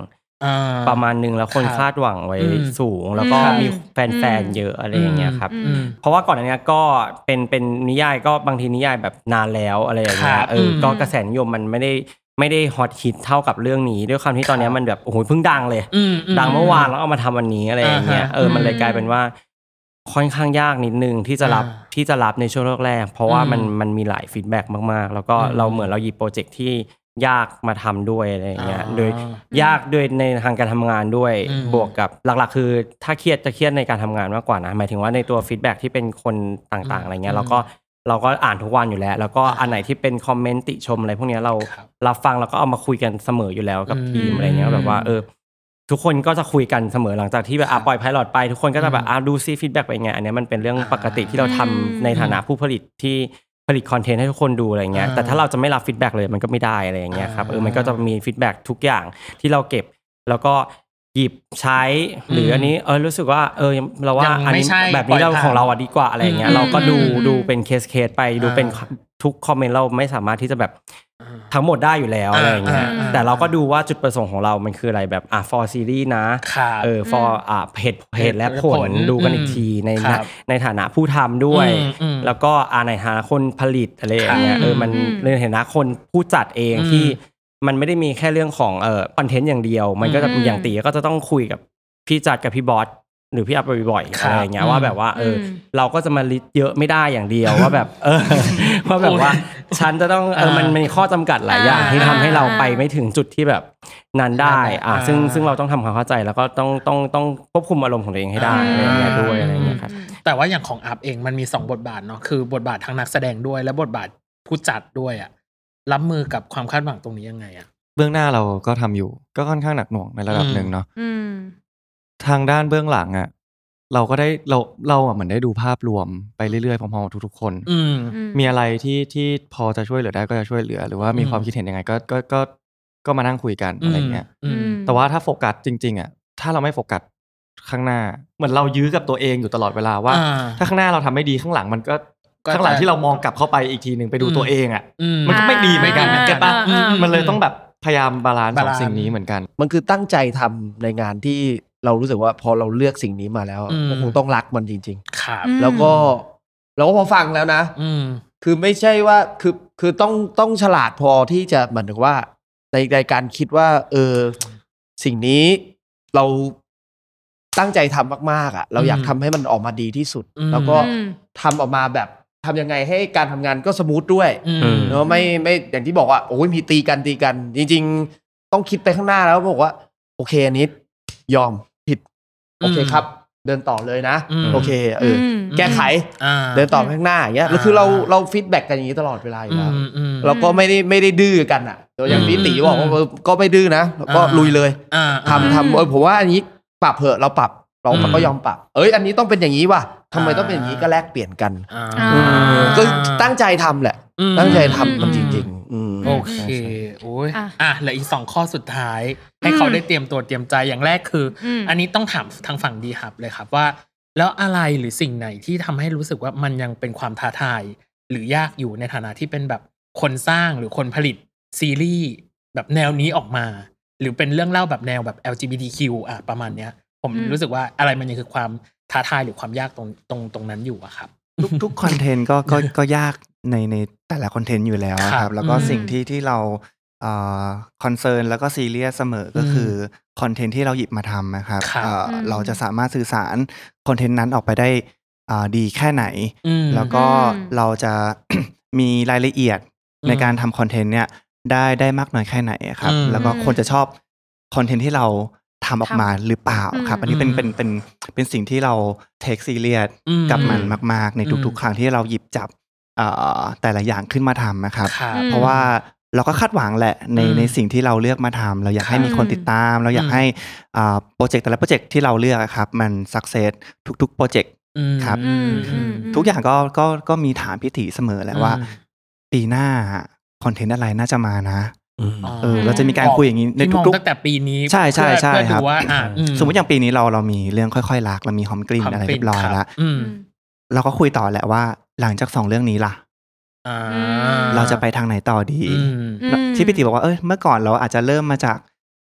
ประมาณนึงแล้วคนคาดหวังไว้สูงแล้วก็มีแฟนๆเยอะอะไรอย่างเงี้ยครับเพราะว่าก่อนอันนี้ก็เป็นนิยายก็บางทีนิยายแบบนานแล้วอะไรอย่างเงี้ยก็กระแสนิยมมันไม่ได้ฮอตฮิตเท่ากับเรื่องนี้ด้วยความที่ตอนนี้มันแบบโอ้โหเพิ่งดังเลยดังเมื่อวานแล้วเอามาทำวันนี้อะไรอย่างเงี้ยมันเลยกลายเป็นว่าค่อนข้างยากนิดนึงที่จะรับในช่วงแรกเพราะว่ามันมีหลายฟีดแบ็กมากๆแล้วก็เราเหมือนเราหยิบโปรเจกต์ที่ยากมาทำด้วยอะไรอย่างเงี้ยโดยยากด้วยในทางการทำงานด้วยบวกกับหลักๆคือถ้าเครียดในการทำงานมากกว่านะหมายถึงว่าในตัวฟีดแบ็กที่เป็นคนต่างๆอะไรเงี้ยเราก็อ่านทุกวันอยู่แล้วแล้วก็อันไหนที่เป็นคอมเมนต์ติชมอะไรพวกนี้เรารับฟังแล้วก็เอามาคุยกันเสมออยู่แล้วกับทีมอะไรเงี้ยแบบว่าทุกคนก็จะคุยกันเสมอหลังจากที่แบบปล่อยไพลอตไปทุกคนก็จะแบบดูซิฟีดแบ็กเป็นไงอันนี้มันเป็นเรื่องปกติที่เราทำในฐานะผู้ผลิตที่ผลิตคอนเทนต์ให้ทุกคนดูอะไรเงี้ยแต่ถ้าเราจะไม่รับฟีดแบ็กเลยมันก็ไม่ได้อะไรอย่างเงี้ยครับมันก็จะมีฟีดแบ็กทุกอย่างที่เราเก็บแล้วก็หยิบใช้หรืออันนี้รู้สึกว่าเราว่าอันนี้แบบนี้เราของเราดีกว่าอะไรอย่างเงี้ยเราก็ดูเป็นเคสไปดูเป็นทุกคอมเมนต์เราไม่สามารถที่จะแบบทั้งหมดได้อยู่แล้วอะไรอย่างเงี้ยแต่เราก็ดูว่าจุดประสงค์ของเรามันคืออะไรแบบfor series นะfor เหตุและผลดูกันอีกทีในฐานะผู้ทำด้วยแล้วก็ในฐานะคนผลิตอะไรอย่างเงี้ยมันในฐานะคนผู้จัดเองที่มันไม่ได้มีแค่เรื่องของคอนเทนต์อย่างเดียวมันก็จะอย่างตีก็จะต้องคุยกับพี่จัดกับพี่บอสหรือพี่อัพบ่อยๆอะไรอย่างเงี้ยว่าแบบว่าเราก็จะมาลิสต์เยอะไม่ได้อย่างเดียวว่าแบบว่าแบบว่าฉันจะต้องมันมีข้อจำกัดหลายอย่างที่ทำให้เราไปไม่ถึงจุดที่แบบนั้นได้ซึ่งเราต้องทำความเข้าใจแล้วก็ต้องควบคุมอารมณ์ของตัวเองให้ได้อะไรอย่างเงี้ยด้วยอะไรอย่างเงี้ยครับแต่ว่าอย่างของอัพเองมันมี2บทบาทเนาะคือบทบาททั้งนักแสดงด้วยและบทบาทผู้จัดด้วยรับมือกับความคาดหวังตรงนี้ยังไงเบื้องหน้าเราก็ทำอยู่ก็ค่อนข้างหนักหน่วงในระดับหนึ่งเนาะทางด้านเบื้องหลังเราก็ได้เราเหมือนได้ดูภาพรวมไปเรื่อยๆพร้อมๆกับทุกๆคนมีอะไรที่พอจะช่วยเหลือได้ก็จะช่วยเหลือหรือว่ามีความคิดเห็นยังไงก็มานั่งคุยกันอะไรเงี้ยแต่ว่าถ้าโฟกัสจริงๆถ้าเราไม่โฟกัสข้างหน้าเหมือนเรายื้อกับตัวเองอยู่ตลอดเวลาว่าถ้าข้างหน้าเราทำไม่ดีข้างหลังมันก็ข้างหลังที่เรามองกลับเข้าไปอีกทีนึงไปดูตัวเองมันก็ไม่ดีเหมือนกันเก็ทป่ะมันเลยต้องแบบพยายามบาลานซ์2สิ่งนี้เหมือนกันมันคือตั้งใจทำในงานที่เรารู้สึกว่าพอเราเลือกสิ่งนี้มาแล้วก็คงต้องรักมันจริงๆแล้วก็เราก็พอฟังแล้วนะคือไม่ใช่ว่าคือต้องฉลาดพอที่จะเหมือนถึงว่าในการคิดว่าสิ่งนี้เราตั้งใจทำมากๆเราอยากทำให้มันออกมาดีที่สุดแล้วก็ทำออกมาแบบทำยังไงให้การทำงานก็สมูทด้วยเนาะไม่อย่างที่บอกว่าโอ้ยมีตีกันจริงๆต้องคิดไปข้างหน้าแล้วบอกว่าโอเคอันนี้ยอมผิดโอเคครับเดินต่อเลยนะโอเคแก้ไขเดินต่อข้างหน้าอย่างเงี้ยแล้วคือเราฟีดแบ็กกันอย่างนี้ตลอดเวลาอยู่แล้วเราก็ไม่ได้ดื้อกันอย่างพี่ตีบอกว่าก็ไม่ดื้อนะก็ลุยเลยทำผมว่าอันนี้ปรับเหอะเราปรับเราก็ยอมปรับอันนี้ต้องเป็นอย่างนี้ว่ะทำไมต้องเป็นอย่างนี้ก็แลกเปลี่ยนกันก็ตั้งใจทำแหละตั้งใจทำมันจริงๆโอเคโอ้ยเหลืออีก2ข้อสุดท้ายให้เขาได้เตรียมตัวเตรียมใจอย่างแรกคืออันนี้ต้องถามทางฝั่งดีฮับเลยครับว่าแล้วอะไรหรือสิ่งไหนที่ทำให้รู้สึกว่ามันยังเป็นความท้าทายหรือยากอยู่ในฐานะที่เป็นแบบคนสร้างหรือคนผลิตซีรีส์แบบแนวนี้ออกมาหรือเป็นเรื่องเล่าแบบแนวแบบ LGBTQ ประมาณเนี้ยผมรู้สึกว่าอะไรมันยังคือความท้าทายหรือความยากตรงนั้นอยู่ครับทุกคอนเทนต์ก็ยากในแต่ละคอนเทนต์อยู่แล้วครับแล้วก็สิ่งที่เราคอนเซิร์นแล้วก็ซีเรียสเสมอก็คือคอนเทนต์ที่เราหยิบมาทำนะครับเราจะสามารถสื่อสารคอนเทนต์นั้นออกไปได้ดีแค่ไหนแล้วก็เราจะ มีรายละเอียดในการทำคอนเทนต์เนี่ยได้มากน้อยแค่ไหนครับแล้วก็คนจะชอบคอนเทนต์ที่เราทำออกมาหรือเปล่าครับอันนี้เป็นสิ่งที่เราเทคซีเรียสกับมันมากๆในทุกๆครั้งที่เราหยิบจับแต่ละอย่างขึ้นมาทำนะครับเพราะว่าเราก็คาดหวังแหละในสิ่งที่เราเลือกมาทำเราอยากให้มีคนติดตามเราอยากให้โปรเจกต์แต่ละโปรเจกต์ที่เราเลือกครับมันสักเซสทุกๆโปรเจกต์ครับทุกอย่างก็มีถามพิถีเสมอแหละว่าปีหน้าคอนเทนต์อะไรน่าจะมานะเราจะมีการคุยอย่างนี้ในทุกๆตั้งแต่ปีนี้ใช่ครับสมมติอย่างปีนี้เรามีเรื่องค่อยๆรักเรามีหอมกลิ่นอะไรเรียบร้อยแล้วเราก็คุยต่อแหละว่าหลังจาก2เรื่องนี้ล่ะเราจะไปทางไหนต่อดีที่พี่ติบอกว่าเมื่อก่อนเราอาจจะเริ่มมาจาก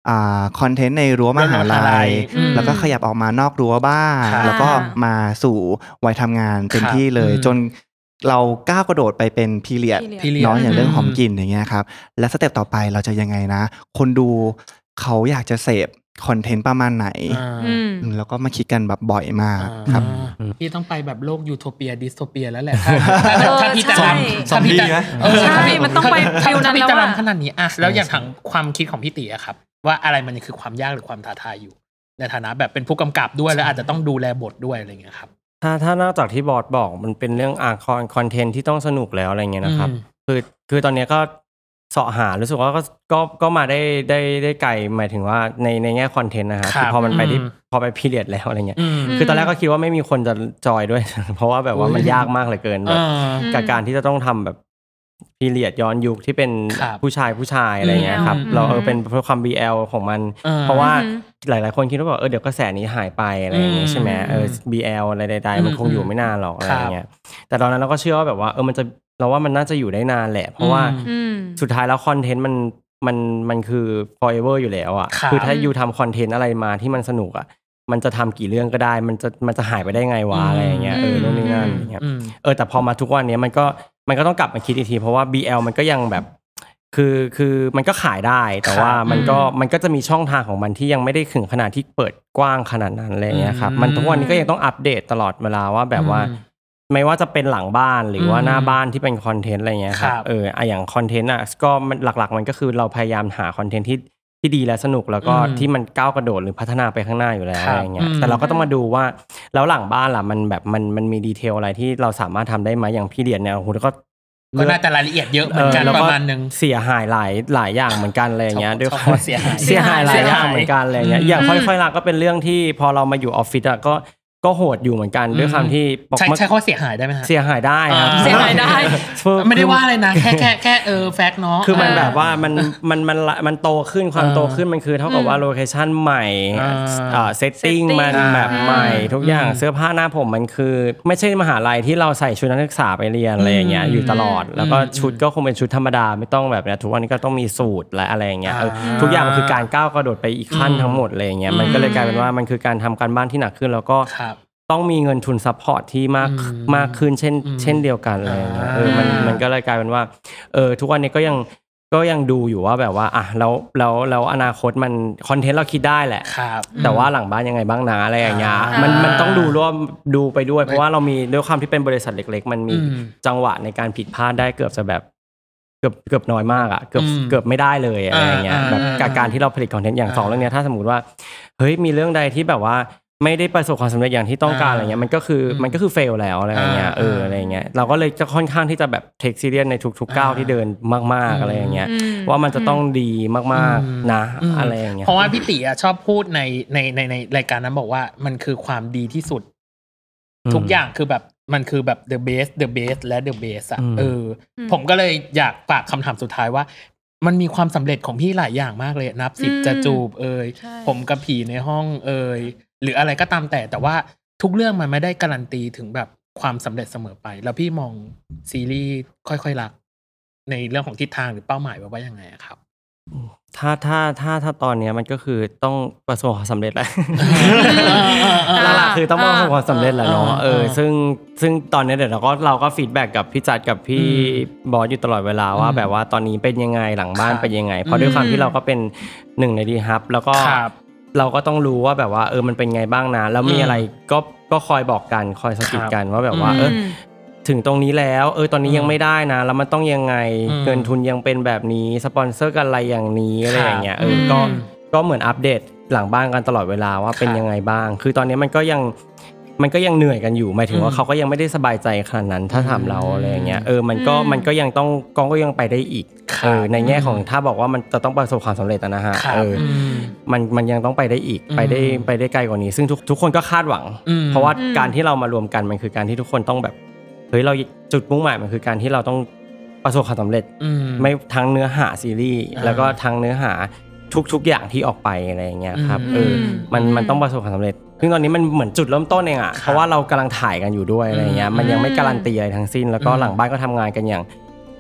คอนเทนต์ในรั้วมหาลัยแล้วก็ขยับออกมานอกรั้วบ้างแล้วก็มาสู่วัยทำงานเต็มที่เลยจนเราก้าวกระโดดไปเป็นพีเรียดเนาะอย่างเรื่องหอมกลิ่นอย่างเงี้ยครับและสเต็ปต่อไปเราจะยังไงนะคนดูเขาอยากจะเสพคอนเทนต์ประมาณไหนแล้วก็มาคิดกันแบบบ่อยมากครับพี่ต้องไปแบบโลกยูโทเปียดิสโทเปียแล้วแหละถ้าพี่จะซอมบี้ไหมใช่มันต้องไปฟิลนั้นแล้วอะขนาดนี้อ่ะแล้วอย่างทางความคิดของพี่ติ๋อะครับว่าอะไรมันคือความยากหรือความท้าทายอยู่ในฐานะแบบเป็นผู้กำกับด้วยแล้วอาจจะต้องดูแลบทด้วยอะไรเงี้ยครับถ้านอกจากที่บอสบอกมันเป็นเรื่องคอนเทนต์ที่ต้องสนุกแล้วอะไรเงี้ยนะครับคือตอนนี้ก็เสาะหารู้สึกว่าก็มาได้ไกลหมายถึงว่าในแง่คอนเทนต์นะครับพอมันไปที่พอไปพีเรียดแล้วอะไรเงี้ยคือตอนแรกก็คิดว่าไม่มีคนจะจอยด้วยเพราะว่าแบบว่ามันยากมากเหลือเกินแบบกับการที่จะต้องทำแบบพีเรียดย้อนยุคที่เป็นผู้ชายอะไรเงี้ยครับเราเป็นเพื่อความ BL ของมันเพราะว่าหลายๆคนคิดว่าเดี๋ยวกระแสนี้หายไปอะไรอย่างเงี้ยใช่ไหมBL อะไรใดๆมันคงอยู่ไม่นานหรอกอะไรเงี้ยแต่ตอนนั้นเราก็เชื่อว่าแบบว่ามันจะเราว่ามันน่าจะอยู่ได้นานแหละเพราะว่าสุดท้ายแล้วคอนเทนต์มันคือ forever อยู่แล้วอ่ะคือถ้าอยู่ทำคอนเทนต์อะไรมาที่มันสนุกอ่ะมันจะทำกี่เรื่องก็ได้มันจะหายไปได้ไงวะอะไรอย่างเงี้ยนู่นนี่นั่นอย่างเงี้ยแต่พอมาทุกวันนี้มันก็ต้องกลับมาคิดอีกทีเพราะว่า BL มันก็ยังแบบคือมันก็ขายได้แต่ว่ามันก็จะมีช่องทางของมันที่ยังไม่ได้ถึงขนาดที่เปิดกว้างขนาดนั้นอะไรเงี้ยครับมันทุกวันนี้ก็ยังต้องอัปเดตตลอดเวลาว่าแบบว่าไม่ว่าจะเป็นหลังบ้านหรือว่าหน้าบ้านที่เป็นคอนเทนต์อะไรเงี้ยครับอย่างคอนเทนต์อ่ะก็หลักๆมันก็คือเราพยายามหาคอนเทนต์ที่ดีและสนุกแล้วก็ที่มันก้าวกระโดดหรือพัฒนาไปข้างหน้าอยู่แล้วอะไรเงี้ยแต่เราก็ต้องมาดูว่าแล้วหลังบ้านล่ะมันแบบมันมีดีเทลอะไรที่เราสามารถทำได้ไหมอย่างพี่เดียนเนี่ยโอ้โหก็น่าจะรายละเอียดเยอะเหมือนกันประมาณนึงเสียหายหลายอย่างเหมือนกันอะไรเงี้ยด้วยเสียหายหลายอย่างเหมือนกันอะไรเงี้ยอย่างค่อยๆรักก็เป็นเรื่องที่พอเรามาอยู่ออฟฟิศอ่ะก็โหดอยู่เหมือนกันด้วยคำที่ใช้ข้อเสียหายได้ไหมฮะเสียหายได้ครับเสียหายได้ไม่ได้ว่าอะไรนะแค่แฟกต์เนาะคือมันแบบว่ามันโตขึ้นความโตขึ้นมันคือเท่ากับว่าโลเคชั่นใหม่เซตติ้งมันแบบใหม่ทุกอย่างเสื้อผ้าหน้าผมมันคือไม่ใช่มหาลัยที่เราใส่ชุดนักศึกษาไปเรียนอะไรอย่างเงี้ยอยู่ตลอดแล้วก็ชุดก็คงเป็นชุดธรรมดาไม่ต้องแบบนี้ทุกวันนี้ก็ต้องมีสูทและอะไรอย่างเงี้ยทุกอย่างมันคือการก้าวกระโดดไปอีกขั้นทั้งหมดเลยอย่างเงี้ยมันก็เลยกลายเป็นว่ามันคือการทำการบ้านที่หนักขึ้นแล้วก็ต้องมีเงินทุนซัพพอร์ตที่มากขึ้นเช่นเดียวกันอะไรอย่างเงี้ยมันก็เลยกลายเป็นว่าทุกวันนี้ก็ยังดูอยู่ว่าแบบว่าแล้วอนาคตมันคอนเทนต์เราคิดได้แหละแต่ว่าหลังบ้านยังไงบ้างนะอะไรอย่างเงี้ยมันต้องดูร่วมดูไปด้วยเพราะว่าเรามีด้วยความที่เป็นบริษัทเล็กๆมันมีจังหวะในการผิดพลาดได้เกือบจะแบบเกือบน้อยมากอ่ะเกือบไม่ได้เลยอะไรอย่างเงี้ยแบบการที่เราผลิตคอนเทนต์อย่าง2เรื่องนี้ถ้าสมมุติว่าเฮ้ยมีเรื่องใดที่แบบว่าไม่ได้ประสบความสำเร็จอย่างที่ต้องการอะไรเงี้ยมันก็คือเฟลแล้วอะไรอย่างเงี้ยอะไรอย่างเงี้ยเราก็เลยจะค่อนข้างที่จะแบบเทคซีเรียสในทุกๆก้าวที่เดินมากๆอะไรอย่างเงี้ยว่ามันจะต้องดีมากๆนะอะไรอย่างเงี้ยเพราะว่าพี่ติอ่ะชอบพูดในรายการนั้นบอกว่ามันคือความดีที่สุดทุกอย่างคือแบบมันคือแบบ the best และ the best อ่ะผมก็เลยอยากฝากคำถามสุดท้ายว่ามันมีความสำเร็จของพี่หลายอย่างมากเลยนับ10จะจูบผมกับผีในห้องหรืออะไรก็ตามแต่ว่าทุกเรื่องมันไม่ได้การันตีถึงแบบความสำเร็จเสมอไปแล้วพี่มองซีรีส์ค่อยๆรักในเรื่องของทิศทางหรือเป้าหมายว่ายังไงครับถ้าตอนนี้มันก็คือต้องประสบความสำเร็จแหละหลักๆคือต้องประสบความสำเร็จแหละเนาะซึ่งตอนนี้เดี๋ยวเราก็ฟีดแบ็กกับพี่จัดกับพี่บอสอยู่ตลอดเวลาว่าแบบว่าตอนนี้เป็นยังไงหลังบ้านเป็นยังไงเพราะด้วยความที่เราก็เป็นหนึ่งในดีฮับแล้วก็เราก็ต้องรู้ว่าแบบว่ามันเป็นไงบ้างนะแล้วมีอะไรก็คอยบอกกันคอยสกิดกันว่าแบบว่าถึงตรงนี้แล้วตอนนี้ยังไม่ได้นะแล้วมันต้องยังไงเงินทุนยังเป็นแบบนี้สปอนเซอร์กันอะไรอย่างนี้อะไรอย่างเงี้ยก็เหมือนอัปเดตหลังบ้านกันตลอดเวลาว่าเป็นยังไงบ้างคือตอนนี้มันก็ยังเหนื่อยกันอยู่หมายถึงว่าเขาก็ยังไม่ได้สบายใจขนาดนั้นถ้าถามเราอะไรอย่างเงี้ยมันก็ยังต้องก็ยังไปได้อีกในแง่ของถ้าบอกว่ามันจะต้องประสบความสำเร็จนะฮะมันยังต้องไปได้อีกไปได้ไกลกว่านี้ซึ่งทุกคนก็คาดหวังเพราะว่าการที่เรามารวมกันมันคือการที่ทุกคนต้องแบบเฮ้ยเราจุดมุ่งหมายมันคือการที่เราต้องประสบความสำเร็จไม่ทั้งเนื้อหาซีรีส์แล้วก็ทั้งเนื้อหาทุกอย่างที่ออกไปอะไรอย่างเงี้ยครับมันต้องประสบความสำเร็จซึ่งตอนนี้มันเหมือนจุดเริ่มต้นเองอ่ะเพราะว่าเรากำลังถ่ายกันอยู่ด้วยอะไรเงี้ยมันยังไม่การันตีอะไรทั้งสิ้นแล้วก็หลังบ้านก็ทำงานกันอย่าง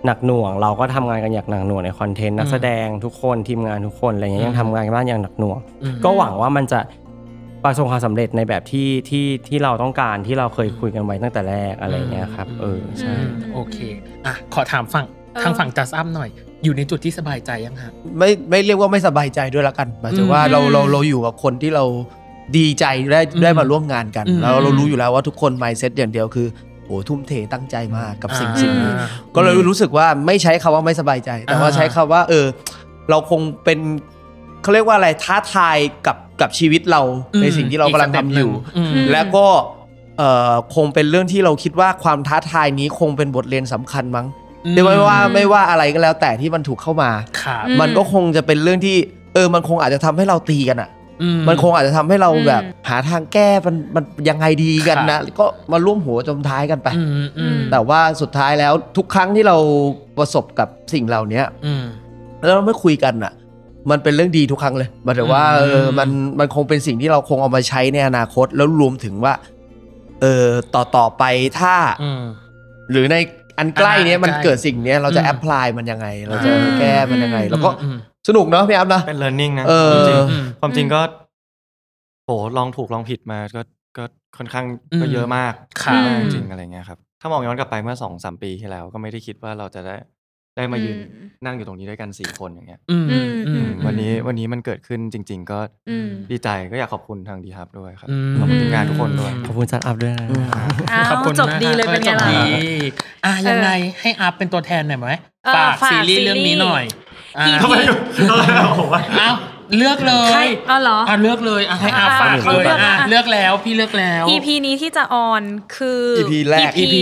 หนักหน่วงเราก็ทำงานกันอย่างหนักหน่วงในคอนเทนต์นักแสดงทุกคนทีมงานทุกคนอะไรเงี้ยยังทำงานกันบ้านอย่างหนักหน่วงก็หวังว่ามันจะประสบความสำเร็จในแบบที่เราต้องการที่เราเคยคุยกันไว้ตั้งแต่แรกอะไรเงี้ยครับใช่โอเคอ่ะขอถามทางฝั่งจัสอัพหน่อยอยู่ในจุดที่สบายใจยังฮะไม่เรียกว่าไม่สบายใจด้วยละกันหมายถึงว่าเราอยู่กับคนที่เราดีใจได้มาร่วมงานกันแล้วเรารู้อยู่แล้วว่าทุกคน mindset อย่างเดียวคือโอ้ทุ่มเทตั้งใจมากกับสิ่งนี้ก็เลยรู้สึกว่าไม่ใช้คำว่าไม่สบายใจแต่ว่าใช้คำว่าเราคงเป็นเขาเรียกว่าอะไรท้าทายกับชีวิตเราในสิ่งที่เรากำลังทำอยู่แล้วก็คงเป็นเรื่องที่เราคิดว่าความท้าทายนี้คงเป็นบทเรียนสำคัญมั้งไม่ว่าอะไรก็แล้วแต่ที่มันถูกเข้ามามันก็คงจะเป็นเรื่องที่มันคงอาจจะทำให้เราตีกันอ่ะมันคงอาจจะทำให้เราแบบหาทางแก้มันยังไงดีกันนะก็มาร่วมหัวจมท้ายกันไปแต่ว่าสุดท้ายแล้วทุกครั้งที่เราประสบกับสิ่งเหล่านี้แล้วเราไม่คุยกันอ่ะมันเป็นเรื่องดีทุกครั้งเลยหมายถึงว่ามันคงเป็นสิ่งที่เราคงเอามาใช้ในอนาคตแล้วรวมถึงว่าต่อไปถ้าหรือในอันใกล้นี้มันเกิดสิ่งนี้เราจะแอพพลายมันยังไงเราจะแก้มันยังไงแล้วก็สนุกเนาะพี่อัพนะเป็น learning นะความจริงก็โหลองถูกลองผิดมาก็ค่อนข้างก็เยอะมากจริงอะไรเงี้ยครับถ้ามองย้อนกลับไปเมื่อ 2-3 ปีที่แล้วก็ไม่ได้คิดว่าเราจะได้มายืนนั่งอยู่ตรงนี้ด้วยกัน4คนอย่างเงี้ยวันนี้มันเกิดขึ้นจริงๆก็ดีใจก็อยากขอบคุณทางดีฮับด้วยครับขอบคุณทีมงานทุกคนด้วยขอบคุณจัดอัพด้วยขอบคุณจบดีเลยเป็นไงล่ะยังไงให้อัพเป็นตัวแทนหน่อยไหมฝากซีรีส์เรื่องนี้หน่อยทำไมผมว่าเลือกเลยเหรอเลือกเลยให้อาฝากเลยเลือกแล้วพี่เลือกแล้ว EP นี้ที่จะออนคือ EP แรก EP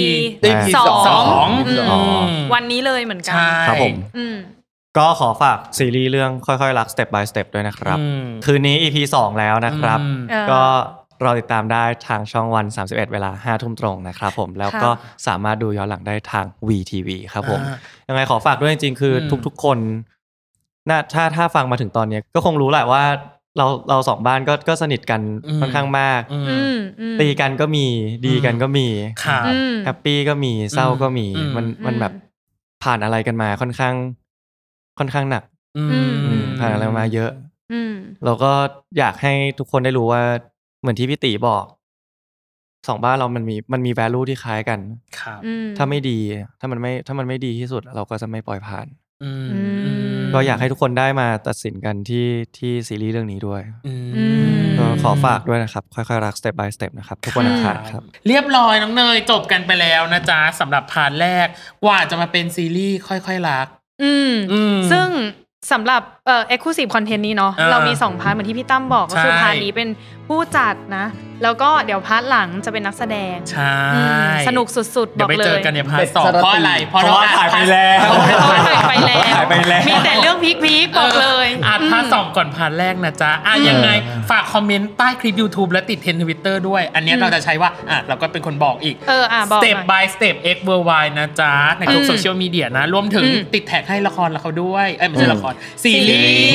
2วันนี้เลยเหมือนกันครับผมก็ขอฝากซีรีส์เรื่องค่อยๆรัก Step by Step ด้วยนะครับคืนนี้ EP 2แล้วนะครับก็รอติดตามได้ทางช่องวัน31เวลา 5 ทุ่มตรงนะครับผมแล้วก็สามารถดูย้อนหลังได้ทาง VTV ครับผมยังไงขอฝากด้วยจริงๆคือทุกๆคนถ้าฟังมาถึงตอนนี้ก็คงรู้แหละว่าเราสองบ้านก็สนิทกันค่อนข้างมากตีกันก็มีดีกันก็มีแฮปปี้ก็มีเศร้าก็มีมันแบบผ่านอะไรกันมาค่อนข้างหนักผ่านอะไรมาเยอะเราก็อยากให้ทุกคนได้รู้ว่าเหมือนที่พี่ตีบอกสองบ้านเรามันมี value ที่คล้ายกันถ้าไม่ดีถ้ามันไม่ดีที่สุดเราก็จะไม่ปล่อยผ่านก็อยากให้ทุกคนได้มาตัดสินกันที่ซีรีส์เรื่องนี้ด้วยก็ขอฝากด้วยนะครับค่อยๆรัก step by step นะครับทุกคนนะครับเรียบร้อยน้องเนยจบกันไปแล้วนะจ๊ะสำหรับพาร์ทแรกกว่าจะมาเป็นซีรีส์ค่อยๆรักซึ่งสำหรับexclusive content นี้เนาะเรามี2พาร์ทเหมือนที่พี่ตั้มบอกก็คือพาร์ทนี้เป็นผู้จัดนะแล้วก็เดี๋ยวพาร์ทหลังจะเป็นนักแสดงใช่สนุกสุดๆบอกเลยเดี๋ยวไปเจอกันในพาร์ท2เพราะอะไรเพราะว่าถ่ายไปแล้วมีแต่เรื่องพีคๆบอกเลยพาร์ท2ก่อนพาร์ทแรกนะจ๊ะยังไงฝากคอมเมนต์ใต้คลิป YouTube และติดเทรนด์ Twitter ด้วยอันนี้เราจะใช้ว่าเราก็เป็นคนบอกอีก Step by Step X Worldwide นะจ๊ะในทุกโซเชียลมีเดียนะรวมถึงติดแท็กให้ละครเขาด้วยไม่ใช่ละครซีรีส์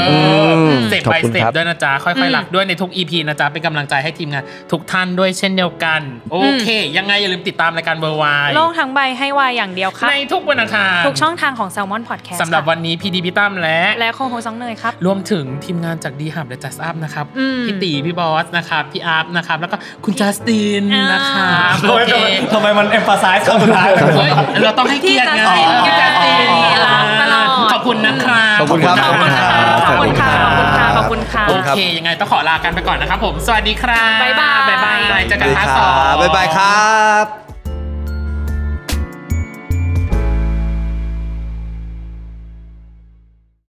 Step by Step ด้วยนะจ๊ะค่อยๆรักด้วยในทุก EP นะจ๊ะเป็นกำลังใจให้ทีมงานทุกท่านด้วยเช่นเดียวกันโอเคยังไงอย่าลืมติดตามรายการ Worldwide โลกทั้งใบให้วายอย่างเดียวครับในทุกวันอังคารทุกช่องทางของ Salmon Podcast สำหรับวันนี้พีดีพี่ตั้มและโคโฮซังเนยครับรวมถึงทีมงานจากดีฮับและจัสอัพนะครับพี่ตีพี่บอสนะครับพี่อาร์ฟนะครับแล้วก็คุณจัสตินนะครับโอเคทำไมมัน emphasize คำสุดท้ายเราต้องให้เกียรติไงพี่จัสตินขอบคุณนะครับขอบคุณครับขอบคุณค่ะโอเคยังไงต้องขอลากันไปก่อนนะครับผมสวัสดีครับบ๊ายบายเจอกันพาร์ท 2 บ๊ายบายครับ